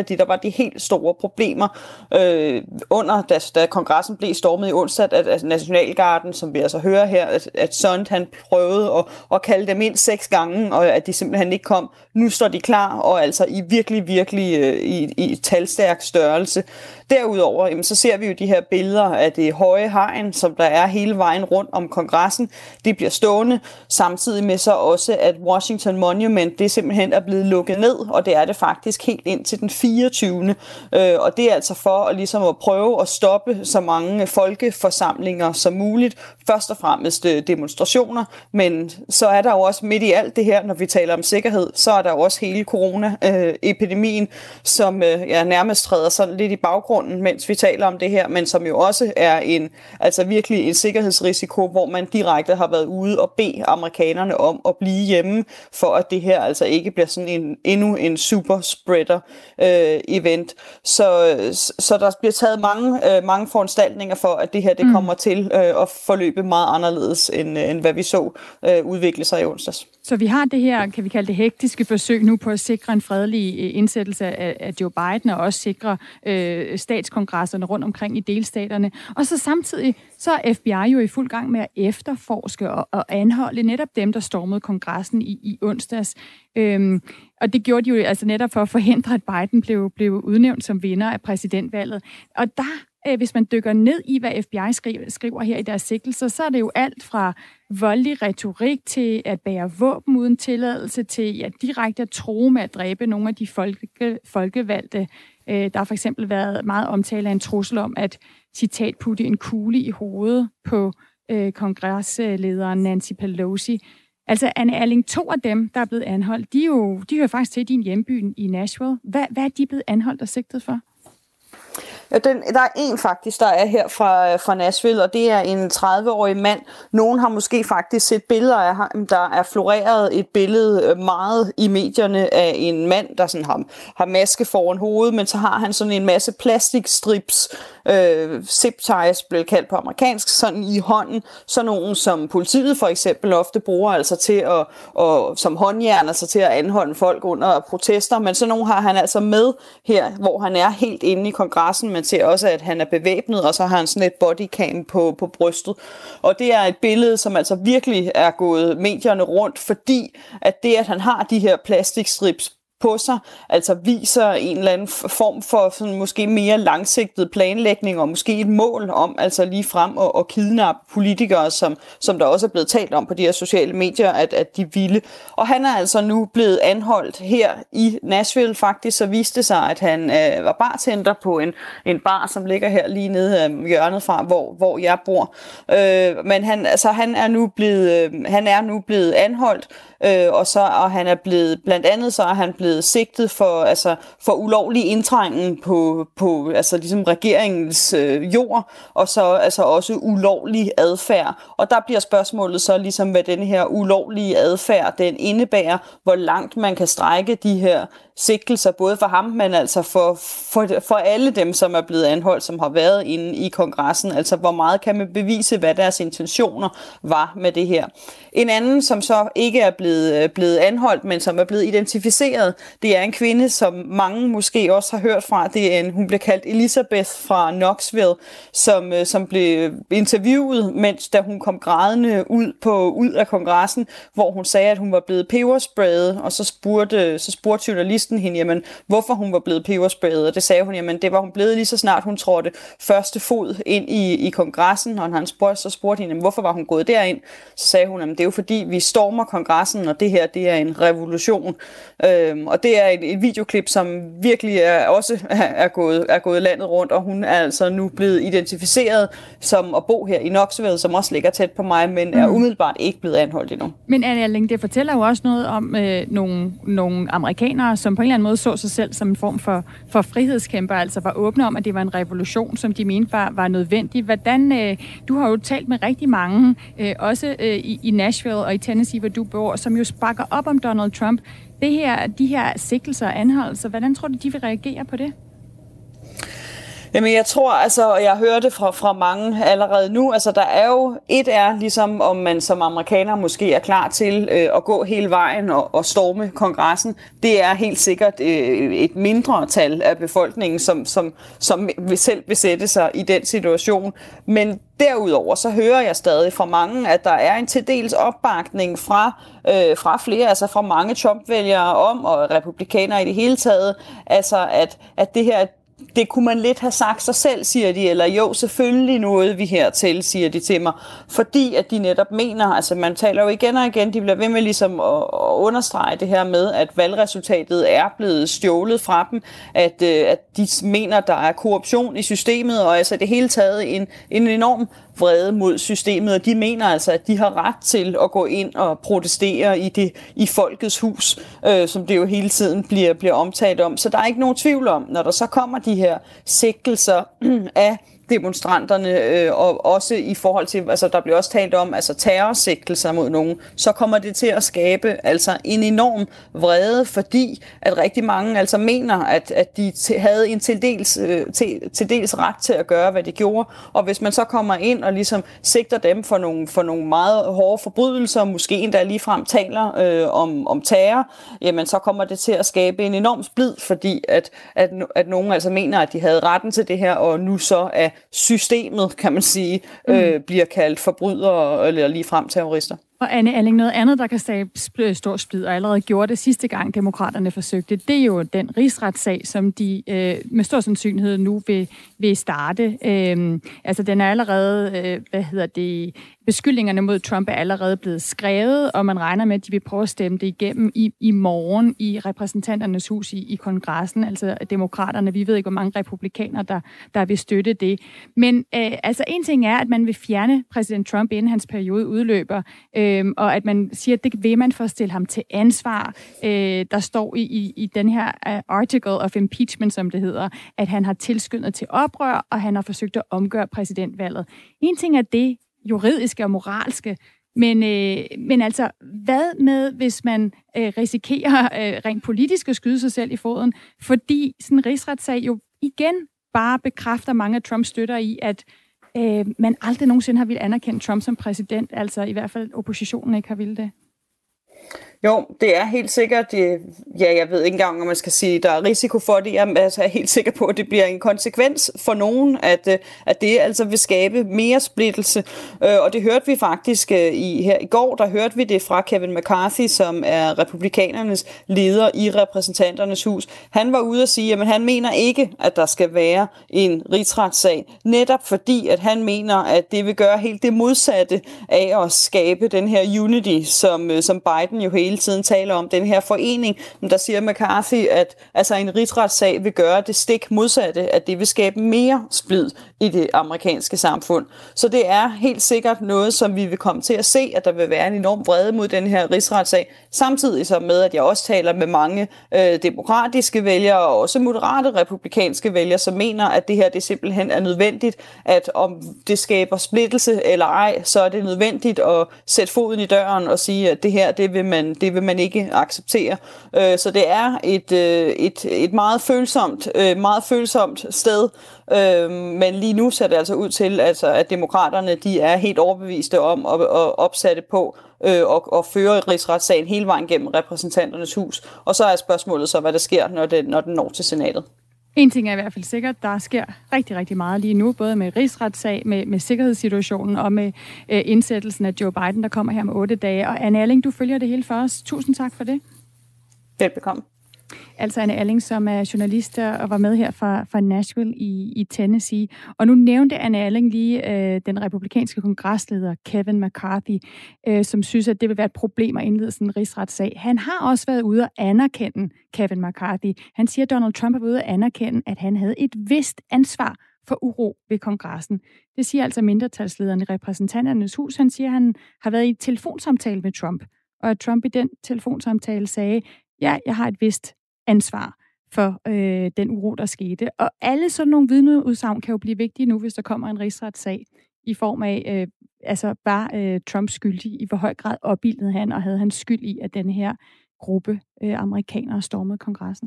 af de, der var de helt store problemer øh, under, da, da kongressen blev stormet i onsdag, at, at Nationalgarden, som vi altså hører her, at, at Sund han prøvede at, at kalde dem ind seks gange, og at de simpelthen ikke kom. Nu står de klar, og altså i virkelig, virkelig øh, i, i talstærk størrelse. Derudover, jamen, så ser vi jo de her billeder af det høje hegn, som der er hele vejen rundt om kongressen. Det bliver stående, samtidig med så også, at Washington Monument, det simpelthen er blevet lukket ned, og det er det faktisk helt ind til den fireogtyvende Øh, og det er altså for at, ligesom at prøve at stoppe så mange folkeforsamlinger som muligt. Først og fremmest demonstrationer, men så er der jo også midt i alt det her, når vi taler om sikkerhed, så er der jo også hele corona-epidemien, som ja, nærmest træder sådan lidt i baggrunden, mens vi taler om det her, men som jo også er en, altså virkelig en sikkerhedsrisiko, hvor man direkte har været ude og bede amerikanerne om at blive hjemme, for at det her altså ikke bliver sådan en, endnu en super spreader øh, event. Så, så der bliver taget mange, øh, mange foranstaltninger for, at det her det kommer mm. til øh, at forløbe meget anderledes, end, end hvad vi så øh, udvikle sig i onsdags. Så vi har det her, kan vi kalde det hektiske forsøg nu på at sikre en fredelig indsættelse af, af Joe Biden, og også sikre øh, statskongresserne rundt omkring i delstaterne. Og så samtidig, så er F B I jo i fuld gang med at efterforske og, og anholde netop dem, der stormede kongressen i, i onsdags. Øhm, og det gjorde de jo altså netop for at forhindre, at Biden blev, blev udnævnt som vinder af præsidentvalget. Og der, øh, hvis man dykker ned i, hvad F B I skriver, skriver her i deres sigtelser, så er det jo alt fra voldelig retorik til at bære våben uden tilladelse til ja, direkte at true med at dræbe nogle af de folke, folkevalgte. Øh, der har for eksempel været meget omtale af en trussel om at, citat, putte en kugle i hovedet på øh, kongreslederen Nancy Pelosi. Altså, Anne Erling, to af dem, der er blevet anholdt, de, jo, de hører faktisk til din hjemby i Nashville. Hvad, hvad er de blevet anholdt og sigtet for? Ja, den, der er en faktisk, der er her fra, fra Nashville, og det er en tredive-årig mand. Nogen har måske faktisk set billeder af ham. Der er floreret et billede meget i medierne af en mand, der sådan har, har maske foran hovedet, men så har han sådan en masse plastikstrips, øh, zip-ties, bliver kaldt på amerikansk, sådan i hånden. Sådan nogen, som politiet for eksempel ofte bruger altså til at, og, som håndjern, altså til at anholde folk under protester, men sådan nogen har han altså med her, hvor han er helt inde i kongressen. Man ser også, at han er bevæbnet, og så har han sådan et bodycam på, på brystet. Og det er et billede, som altså virkelig er gået medierne rundt, fordi at det, at han har de her plastikstrips på sig, altså viser en eller anden form for sådan måske mere langsigtet planlægning, og måske et mål om altså lige frem at, at kidnappe politikere, som, som der også er blevet talt om på de her sociale medier, at, at de ville. Og han er altså nu blevet anholdt her i Nashville. Faktisk så viste det sig, at han øh, var bartender på en, en bar, som ligger her lige nede af hjørnet fra, hvor, hvor jeg bor. Øh, men han, altså, han, er nu blevet, øh, han er nu blevet anholdt, øh, og, så, og han er blevet, blandt andet så er han blevet sigtet for, altså, for ulovlig indtrængen på, på altså, ligesom regeringens øh, jord, og så altså, også ulovlig adfærd. Og der bliver spørgsmålet så ligesom, hvad den her ulovlige adfærd, den indebærer, hvor langt man kan strække de her sigtelser, både for ham, men altså for, for, for alle dem, som er blevet anholdt, som har været inde i kongressen. Altså, hvor meget kan man bevise, hvad deres intentioner var med det her. En anden, som så ikke er blevet, blevet anholdt, men som er blevet identificeret, det er en kvinde, som mange måske også har hørt fra. Det er en, hun blev kaldt Elizabeth fra Knoxville, som, som blev interviewet, mens da hun kom grædende ud, på, ud af kongressen, hvor hun sagde, at hun var blevet pebersprayet, og så spurgte, så spurgte journalisten hende, jamen, hvorfor hun var blevet pebersprayet, og det sagde hun, jamen, det var hun blevet lige så snart hun trådte første fod ind i, i kongressen, og han spurgte, så spurgte hende, jamen, hvorfor var hun gået derind, så sagde hun, jamen, det er jo fordi, vi stormer kongressen, og det her, det er en revolution, øhm, og det er et, et videoklip, som virkelig er, også er, er, gået, er gået landet rundt, og hun er altså nu blevet identificeret som at bo her i Knoxville, som også ligger tæt på mig, men er umiddelbart ikke blevet anholdt endnu. Men Anne Erling, det fortæller jo også noget om øh, nogle, nogle amerikanere, som på en eller anden måde så sig selv som en form for, for frihedskæmper, altså var åbne om, at det var en revolution, som de mente var, var nødvendig. Hvordan, øh, du har jo talt med rigtig mange, øh, også øh, i, i Nashville og i Tennessee, hvor du bor, som jo sparker op om Donald Trump. Det her, de her sigtelser og anholdelser, hvordan tror du, de vil reagere på det? Jamen jeg tror, altså, og jeg hører det fra, fra mange allerede nu, altså der er jo, et er ligesom, om man som amerikaner måske er klar til øh, at gå hele vejen og, og storme kongressen. Det er helt sikkert øh, et mindretal af befolkningen, som, som, som vil selv besætte sig i den situation. Men derudover så hører jeg stadig fra mange, at der er en til dels opbakning fra, øh, fra flere, altså fra mange Trump-vælgere om, og republikanere i det hele taget, altså at, at det her, det kunne man lidt have sagt sig selv, siger de, eller jo, selvfølgelig nåede vi hertil, siger de til mig, fordi at de netop mener, altså man taler jo igen og igen, de bliver ved med ligesom at, at understrege det her med, at valgresultatet er blevet stjålet fra dem, at, at de mener, der er korruption i systemet, og altså det hele taget en, en enorm vrede mod systemet, og de mener altså, at de har ret til at gå ind og protestere i det i folkets hus, øh, som det jo hele tiden bliver, bliver omtalt om. Så der er ikke nogen tvivl om, når der så kommer de her sigtelser af demonstranterne, øh, og også i forhold til, altså der bliver også talt om, altså terrorsigtelser mod nogen, så kommer det til at skabe altså en enorm vrede, fordi at rigtig mange altså mener, at, at de t- havde en til dels, øh, til, til dels ret til at gøre, hvad de gjorde, og hvis man så kommer ind og ligesom sigter dem for nogle, for nogle meget hårde forbrydelser, måske endda ligefrem taler øh, om, om terror, jamen så kommer det til at skabe en enorm splid, fordi at, at, at nogen altså mener, at de havde retten til det her, og nu så er systemet, kan man sige, mm. øh, bliver kaldt forbrydere eller ligefrem terrorister. Og Anne Alling, noget andet, der kan skabe stor splid, og allerede gjorde det sidste gang, demokraterne forsøgte, det er jo den rigsretssag, som de øh, med stor sandsynlighed nu vil, vil starte. Øh, altså, den er allerede, øh, hvad hedder det, beskyldningerne mod Trump er allerede blevet skrevet, og man regner med, at de vil prøve at stemme det igennem i, i morgen i repræsentanternes hus i, i kongressen, altså demokraterne. Vi ved ikke, hvor mange republikanere, der, der vil støtte det. Men øh, altså, en ting er, at man vil fjerne præsident Trump, inden hans periode udløber, øh, og at man siger, at det vil man for at stille ham til ansvar. Øh, der står i, i, i den her uh, article of impeachment, som det hedder, at han har tilskyndet til oprør, og han har forsøgt at omgøre præsidentvalget. En ting er det juridiske og moralske, men, øh, men altså, hvad med, hvis man øh, risikerer øh, rent politisk at skyde sig selv i foden, fordi sådan en rigsretssag jo igen bare bekræfter mange af Trumps støtter i, at Øh, man aldrig nogensinde har ville anerkende Trump som præsident, altså i hvert fald oppositionen ikke har ville det. Jo, det er helt sikkert, det, ja, jeg ved ikke engang, om man skal sige, der er risiko for det. Jeg er helt sikker på, at det bliver en konsekvens for nogen, at, at det altså vil skabe mere splittelse. Og det hørte vi faktisk i, her i går, der hørte vi det fra Kevin McCarthy, som er republikanernes leder i repræsentanternes hus. Han var ude at sige, at han mener ikke, at der skal være en rigsretssag, netop fordi, at han mener, at det vil gøre helt det modsatte af at skabe den her unity, som, som Biden jo hele tiden taler om, den her forening, men der siger McCarthy, at altså en rigsretssag vil gøre det stik modsatte, at det vil skabe mere splid i det amerikanske samfund. Så det er helt sikkert noget, som vi vil komme til at se, at der vil være en enorm vrede mod den her rigsretssag, samtidig så med, at jeg også taler med mange øh, demokratiske vælgere og også moderate republikanske vælgere, som mener, at det her det simpelthen er nødvendigt, at om det skaber splittelse eller ej, så er det nødvendigt at sætte foden i døren og sige, at det her, det vil man, det vil man ikke acceptere. Øh, så det er et, øh, et, et meget følsomt, øh, meget følsomt sted, øh, men lige nu ser det altså ud til, altså, at demokraterne de er helt overbeviste om og, og opsatte på øh, og, og føre rigsretssagen hele vejen gennem repræsentanternes hus. Og så er spørgsmålet så, hvad der sker, når, det, når den når til senatet. En ting er i hvert fald sikkert, der sker rigtig, rigtig meget lige nu, både med rigsretssag, med, med sikkerhedssituationen og med øh, indsættelsen af Joe Biden, der kommer her med otte dage. Og Anne Alling, du følger det hele for os. Tusind tak for det. Velbekomme. Altså Anne Alling, som er journalist og var med her fra, fra Nashville i, i Tennessee. Og nu nævnte Anne Alling lige øh, den republikanske kongresleder Kevin McCarthy, øh, som synes, at det vil være et problem at indlede sådan en rigsretssag. Han har også været ude og anerkende Kevin McCarthy. Han siger, at Donald Trump har været ude at anerkende, at han havde et vist ansvar for uro ved kongressen. Det siger altså mindretalslederen i repræsentanternes hus. Han siger, at han har været i et telefonsamtale med Trump, og at Trump i den telefonsamtale sagde, ja, jeg har et vist ansvar for øh, den uro, der skete. Og alle sådan nogle vidneudsagn kan jo blive vigtige nu, hvis der kommer en rigsretssag i form af, øh, altså var øh, Trump skyldig, i hvor høj grad opbildede han, og havde han skyld i, at den her gruppe øh, amerikanere stormede kongressen?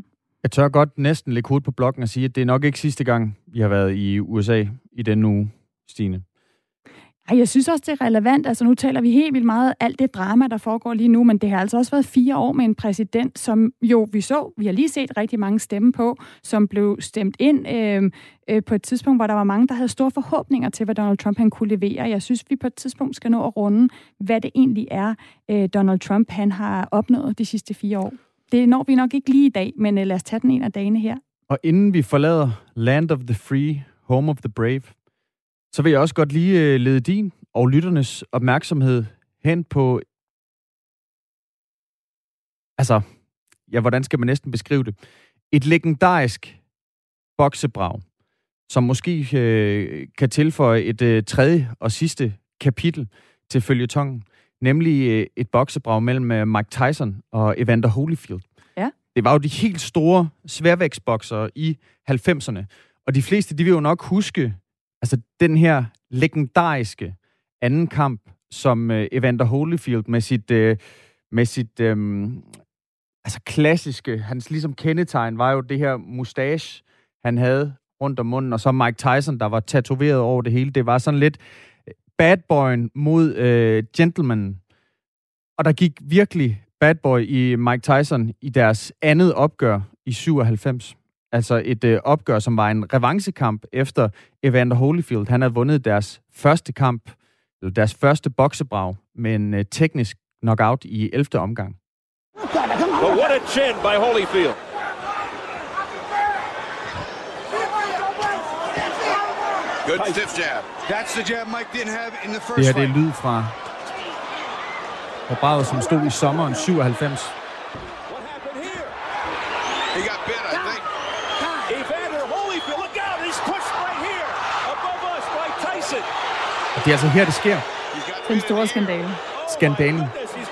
Jeg tør godt næsten lægge hovedet på blokken og sige, at det er nok ikke sidste gang, vi har været i U S A i denne uge, Stine. Ej, jeg synes også, det er relevant. Altså, nu taler vi helt vildt meget alt det drama, der foregår lige nu, men det har altså også været fire år med en præsident, som jo, vi så, vi har lige set rigtig mange stemme på, som blev stemt ind øh, øh, på et tidspunkt, hvor der var mange, der havde store forhåbninger til, hvad Donald Trump han kunne levere. Jeg synes, vi på et tidspunkt skal nå at runde, hvad det egentlig er, øh, Donald Trump han har opnået de sidste fire år. Det når vi nok ikke lige i dag, men øh, lad os tage den en af dagene her. Og inden vi forlader Land of the Free, Home of the Brave, så vil jeg også godt lige lede din og lytternes opmærksomhed hen på, altså, ja, hvordan skal man næsten beskrive det? Et legendarisk boksebrag, som måske øh, kan tilføje et øh, tredje og sidste kapitel til føljetongen, nemlig øh, et boksebrag mellem øh, Mike Tyson og Evander Holyfield. Ja. Det var jo de helt store sværvægtsboksere i halvfemserne, og de fleste, de vil jo nok huske, altså den her legendariske anden kamp, som øh, Evander Holyfield med sit, øh, med sit øh, altså klassiske, hans ligesom kendetegn var jo det her mustache, han havde rundt om munden, og så Mike Tyson, der var tatoveret over det hele. Det var sådan lidt bad boyen mod øh, gentleman. Og der gik virkelig bad boy i Mike Tyson i deres andet opgør i syvoghalvfems. Altså et øh, opgør, som var en revanchekamp efter Evander Holyfield. Han havde vundet deres første kamp, eller deres første boksebrag, med en øh, teknisk knockout i ellevte omgang. But what a chin by Holyfield. Good stiff jab. That's the jab Mike didn't have in the first Det her det er lyd fra braget, som stod i sommeren syvoghalvfems. He got bit, I think. Evander Holyfield, look out! He's pushed right here above us by Tyson. Og det er altså her, det sker. Den store skandale. Skandalen.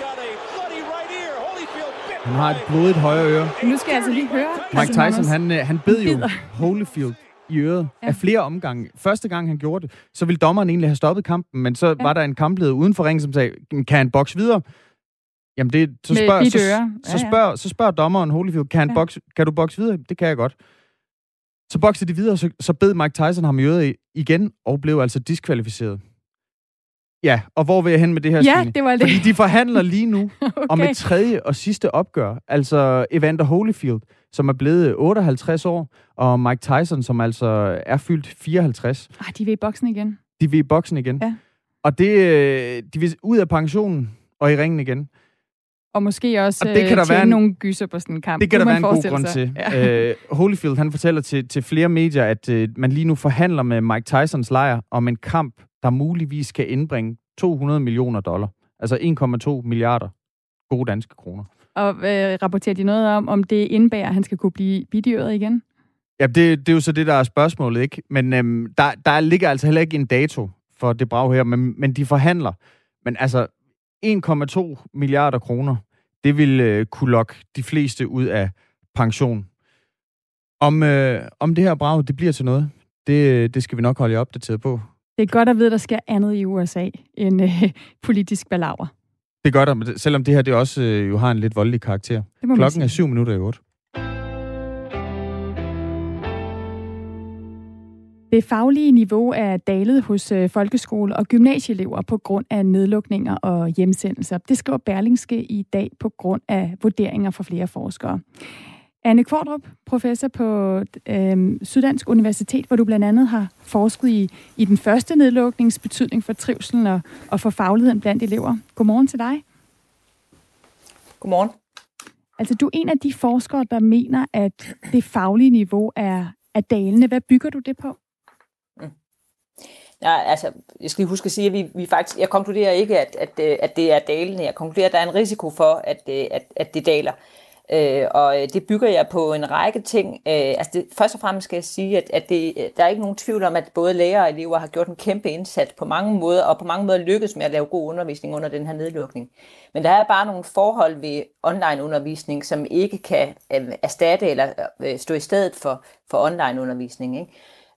Han har et blodigt højre øre. Nu skal jeg altså lige høre. Mike Tyson, han, han bed jo Holyfield i øret ja. af flere omgange. Første gang, han gjorde det, så ville dommeren egentlig have stoppet kampen, men så ja. var der en kampleder uden for ringen, som sagde, kan han bokse videre? Jamen, det, så, spørger, så, ja, ja. så, spørger, så spørger dommeren Holyfield, kan, han ja. bokse, kan du bokse videre? Det kan jeg godt. Så boksede de videre, så, så bed Mike Tyson ham i øret igen, og blev altså diskvalificeret. Ja, og hvor vil jeg hen med det her, ja, Stine? Det var det. Fordi de forhandler lige nu okay. om et tredje og sidste opgør. Altså Evander Holyfield, som er blevet otteoghalvtreds år, og Mike Tyson, som altså er fyldt fireoghalvtreds. Ah, de vil i boksen igen. De vil i boksen igen. Ja. Og det, de vil ud af pensionen og i ringen igen. Og måske også og det kan der tjene være en, nogle gyser på sådan en kamp. Det kan der være en god grund sig. til. Ja. Uh, Holyfield, han fortæller til, til flere medier, at uh, man lige nu forhandler med Mike Tysons lejr om en kamp, der muligvis kan indbringe to hundrede millioner dollar. Altså en komma to milliarder gode danske kroner. Og øh, rapporterer de noget om, om det indebærer, at han skal kunne blive bidt i øret igen? Ja, det, det er jo så det, der er spørgsmålet, ikke? Men øhm, der, der ligger altså heller ikke en dato for det brag her, men, men de forhandler. Men altså, en komma to milliarder kroner, det vil øh, kunne lokke de fleste ud af pension. Om, øh, om det her brag, det bliver til noget, det, det skal vi nok holde jer opdateret på. Det er godt at vide, at der sker andet i U S A end øh, politisk balaver. Det gør der, selvom det her det også øh, jo har en lidt voldelig karakter. Klokken er syv minutter i otte. Det faglige niveau er dalet hos øh, folkeskole- og gymnasieelever på grund af nedlukninger og hjemsendelser. Det skriver Berlingske i dag på grund af vurderinger fra flere forskere. Anne Kvartrup, professor på øh, Syddansk Universitet, hvor du blandt andet har forsket i, i den første nedluknings betydning for trivselen og, og for fagligheden blandt elever. Godmorgen til dig. Godmorgen. Altså, du er en af de forskere, der mener, at det faglige niveau er, er dalende. Hvad bygger du det på? Mm. Ja, altså, jeg skal lige huske at sige, at vi, vi faktisk, jeg konkluderer ikke, at, at, at det er dalende. Jeg konkluderer, at der er en risiko for, at, at, at det daler. Øh, og det bygger jeg på en række ting. Øh, altså det, først og fremmest skal jeg sige, at, at det, der er ikke nogen tvivl om, at både lærere og elever har gjort en kæmpe indsats på mange måder, og på mange måder lykkes med at lave god undervisning under den her nedlukning. Men der er bare nogle forhold ved online-undervisning, som ikke kan øh, erstatte eller øh, stå i stedet for, for online-undervisning, ikke?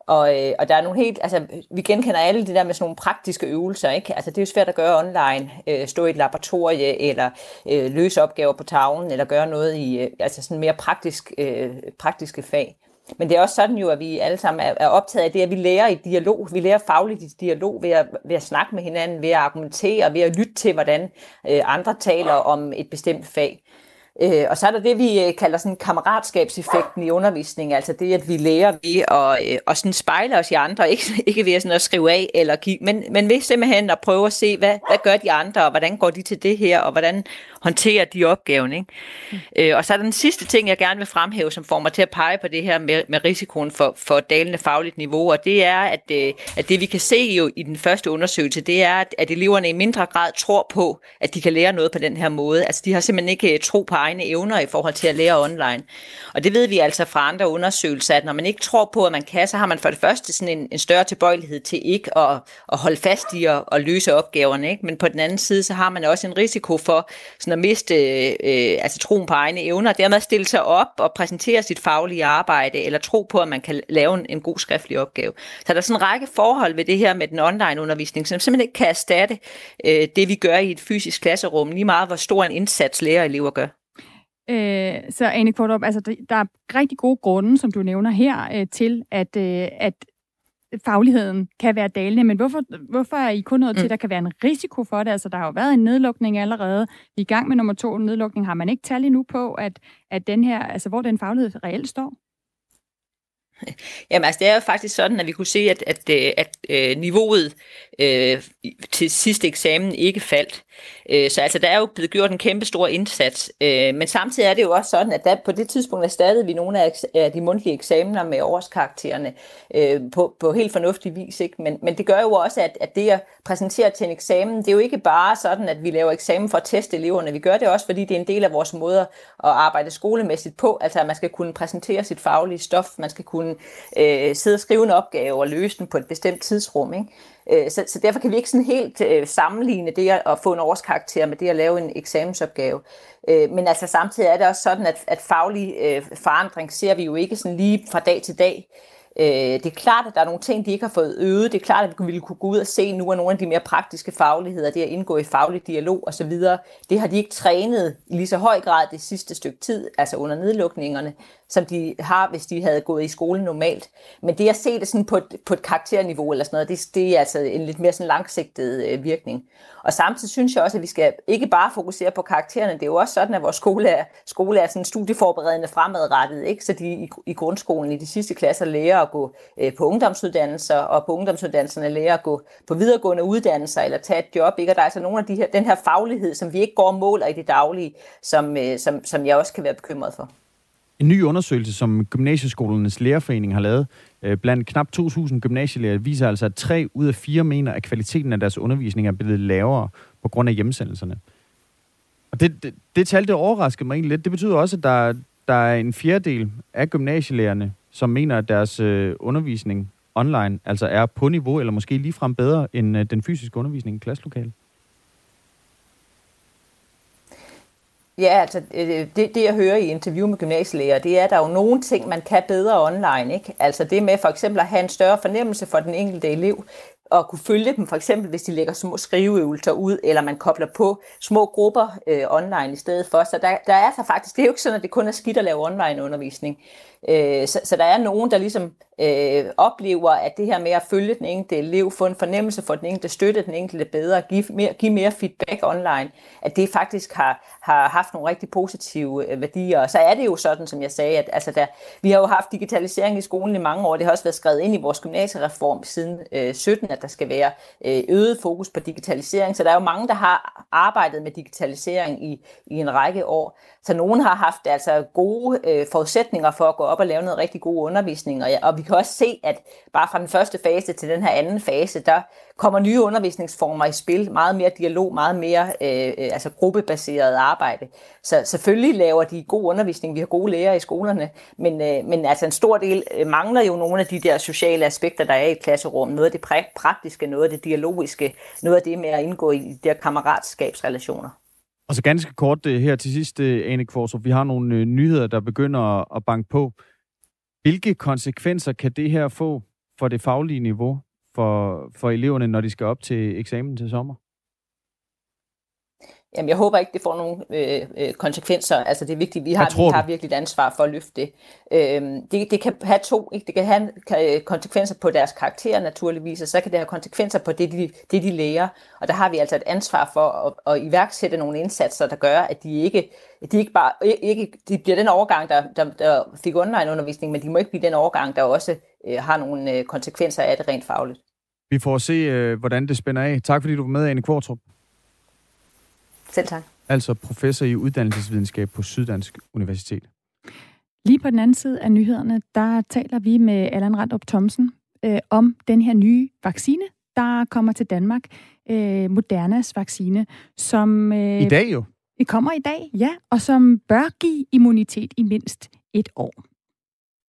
Og, øh, og der er nogle helt, altså vi genkender alle det der med sådan nogle praktiske øvelser, ikke? Altså det er jo svært at gøre online, øh, stå i et laboratorie, eller øh, løse opgaver på tavlen, eller gøre noget i, øh, altså sådan mere praktisk, øh, praktiske fag. Men det er også sådan jo, at vi alle sammen er, er optaget af det, at vi lærer i dialog. Vi lærer fagligt i dialog ved at, ved at snakke med hinanden, ved at argumentere, ved at lytte til, hvordan øh, andre taler om et bestemt fag. Øh, og så er der det, vi kalder sådan kammeratskabseffekten i undervisningen, altså det, at vi lærer ved at, øh, at sådan spejle os i andre, ikke, ikke ved sådan at skrive af, eller kigge, men, men ved simpelthen at prøve at se, hvad, hvad gør de andre, og hvordan går de til det her, og hvordan håndterer de opgaven. Ikke? Mm. Øh, og så er der den sidste ting, jeg gerne vil fremhæve, som får mig til at pege på det her med, med risikoen for, for dalende fagligt niveau, og det er, at, øh, at det vi kan se jo i den første undersøgelse, det er, at, at eleverne i mindre grad tror på, at de kan lære noget på den her måde. Altså de har simpelthen ikke tro på egne evner i forhold til at lære online. Og det ved vi altså fra andre undersøgelser, at når man ikke tror på, at man kan, så har man for det første sådan en, en større tilbøjelighed til ikke at, at holde fast i at, at løse opgaverne. Ikke? Men på den anden side, så har man også en risiko for sådan at miste øh, altså troen på egne evner, og dermed stille sig op og præsentere sit faglige arbejde, eller tro på, at man kan lave en, en god skriftlig opgave. Så der er sådan en række forhold ved det her med den online undervisning, som simpelthen ikke kan erstatte øh, det, vi gør i et fysisk klasserum, lige meget hvor stor en indsats lærer og elever gør. Øh, så Ane Qvortrup, altså der er rigtig gode grunde, som du nævner her, øh, til at, øh, at fagligheden kan være dalende, men hvorfor, hvorfor er I kun nået til, at der kan være en risiko for det? Altså der har jo været en nedlukning allerede. Vi er i gang med nummer to nedlukning. Har man ikke tal endnu på, at, at den her, altså hvor den faglighed reelt står? Jamen altså det er jo faktisk sådan, at vi kunne se, at, at, at, at øh, niveauet øh, til sidste eksamen ikke faldt. Øh, så altså der er jo blevet gjort en kæmpe stor indsats. Øh, men samtidig er det jo også sådan, at der, på det tidspunkt erstattede vi nogle af, af de mundtlige eksamener med årskaraktererne øh, på, på helt fornuftig vis. Ikke? Men, men det gør jo også, at, at det at præsentere til en eksamen, det er jo ikke bare sådan, at vi laver eksamen for at teste eleverne. Vi gør det også, fordi det er en del af vores måde at arbejde skolemæssigt på. Altså at man skal kunne præsentere sit faglige stof, man skal kunne Øh, sidde og skrive en opgave og løse den på et bestemt tidsrum. Ikke? Øh, så, så derfor kan vi ikke sådan helt øh, sammenligne det at få en årskarakter med det at lave en eksamensopgave. Øh, men altså samtidig er det også sådan, at, at faglig øh, forandring ser vi jo ikke sådan lige fra dag til dag. Øh, det er klart, at der er nogle ting, de ikke har fået øvet. Det er klart, at vi ville kunne gå ud og se nu, at nogle af de mere praktiske fagligheder, det at indgå i faglig dialog osv., det har de ikke trænet i lige så høj grad det sidste stykke tid, altså under nedlukningerne, som de har, hvis de havde gået i skole normalt. Men det at se det sådan på et, på et karakterniveau eller sådan noget, det, det er altså en lidt mere sådan langsigtet øh, virkning. Og samtidig synes jeg også, at vi skal ikke bare fokusere på karaktererne. Det er jo også sådan, at vores skole er, skole er sådan studieforberedende fremadrettet, ikke? Så de i, i grundskolen i de sidste klasser lærer at gå øh, på ungdomsuddannelser, og på ungdomsuddannelserne lærer at gå på videregående uddannelser eller tage et job. Ikke? Og der er altså nogle af de her, den her faglighed, som vi ikke går og måler i det daglige, som, øh, som, som jeg også kan være bekymret for. En ny undersøgelse, som Gymnasieskolernes Lærerforening har lavet blandt knap to tusind gymnasielærer, viser altså, at tre ud af fire mener, at kvaliteten af deres undervisning er blevet lavere på grund af hjemsendelserne. Og det, det, det tal, det overraskede mig egentlig lidt. Det betyder også, at der, der er en fjerdedel af gymnasielærerne, som mener, at deres øh, undervisning online altså er på niveau, eller måske ligefrem bedre end øh, den fysiske undervisning i klasselokalet. Ja, altså det, det jeg hører i interview med gymnasielærer, det er, at der er jo nogle ting, man kan bedre online, ikke? Altså det med for eksempel at have en større fornemmelse for den enkelte elev, og kunne følge dem, for eksempel hvis de lægger små skriveøvelser ud, eller man kobler på små grupper øh, online i stedet for. Så der, der er så faktisk, det er jo ikke sådan, at det kun er skidt at lave online undervisning. Øh, så, så der er nogen, der ligesom øh, oplever, at det her med at følge den enkelte elev, få en fornemmelse for den enkelte, støtte den enkelte bedre, give mere, give mere feedback online, at det faktisk har, har haft nogle rigtig positive øh, værdier. Og så er det jo sådan, som jeg sagde, at altså der, vi har jo haft digitalisering i skolen i mange år. Det har også været skrevet ind i vores gymnasiereform siden øh, sytten, at der skal være øh, øget fokus på digitalisering. Så der er jo mange, der har arbejdet med digitalisering i, i en række år. Så nogen har haft altså gode øh, forudsætninger for at gå op og lave noget rigtig god undervisning. Og, ja, og vi kan også se, at bare fra den første fase til den her anden fase, der kommer nye undervisningsformer i spil. Meget mere dialog, meget mere øh, altså gruppebaseret arbejde. Så selvfølgelig laver de god undervisning. Vi har gode lærere i skolerne, men, øh, men altså en stor del øh, mangler jo nogle af de der sociale aspekter, der er i et klasserum. Noget af det præ- praktiske, noget af det dialogiske, noget af det med at indgå i de der kammeratskabsrelationer. Og så ganske kort her til sidst, Ane Qvortrup. Vi har nogle øh, nyheder, der begynder at banke på. Hvilke konsekvenser kan det her få for det faglige niveau for, for eleverne, når de skal op til eksamen til sommer? Jamen, jeg håber ikke, det får nogle øh, øh, konsekvenser. Altså, det er vigtigt. Vi har, vi har virkelig et ansvar for at løfte det. Øhm, det. Det kan have to. Ikke? Det kan have kan, konsekvenser på deres karakterer, naturligvis, og så kan det have konsekvenser på det, de, det, de lærer. Og der har vi altså et ansvar for at, at iværksætte nogle indsatser, der gør, at de ikke, de ikke bare ikke, de bliver den overgang, der, der, der fik online-undervisning, men de må ikke blive den overgang, der også øh, har nogle øh, konsekvenser af det rent fagligt. Vi får se, øh, hvordan det spænder af. Tak fordi du var med, Anne Kvartrup. Selv tak. Altså professor i uddannelsesvidenskab på Syddansk Universitet. Lige på den anden side af nyhederne, der taler vi med Allan Randrup Thomsen øh, om den her nye vaccine, der kommer til Danmark. Øh, Modernas vaccine, som... Øh, I dag jo. Det kommer i dag, ja, og som bør give immunitet i mindst et år.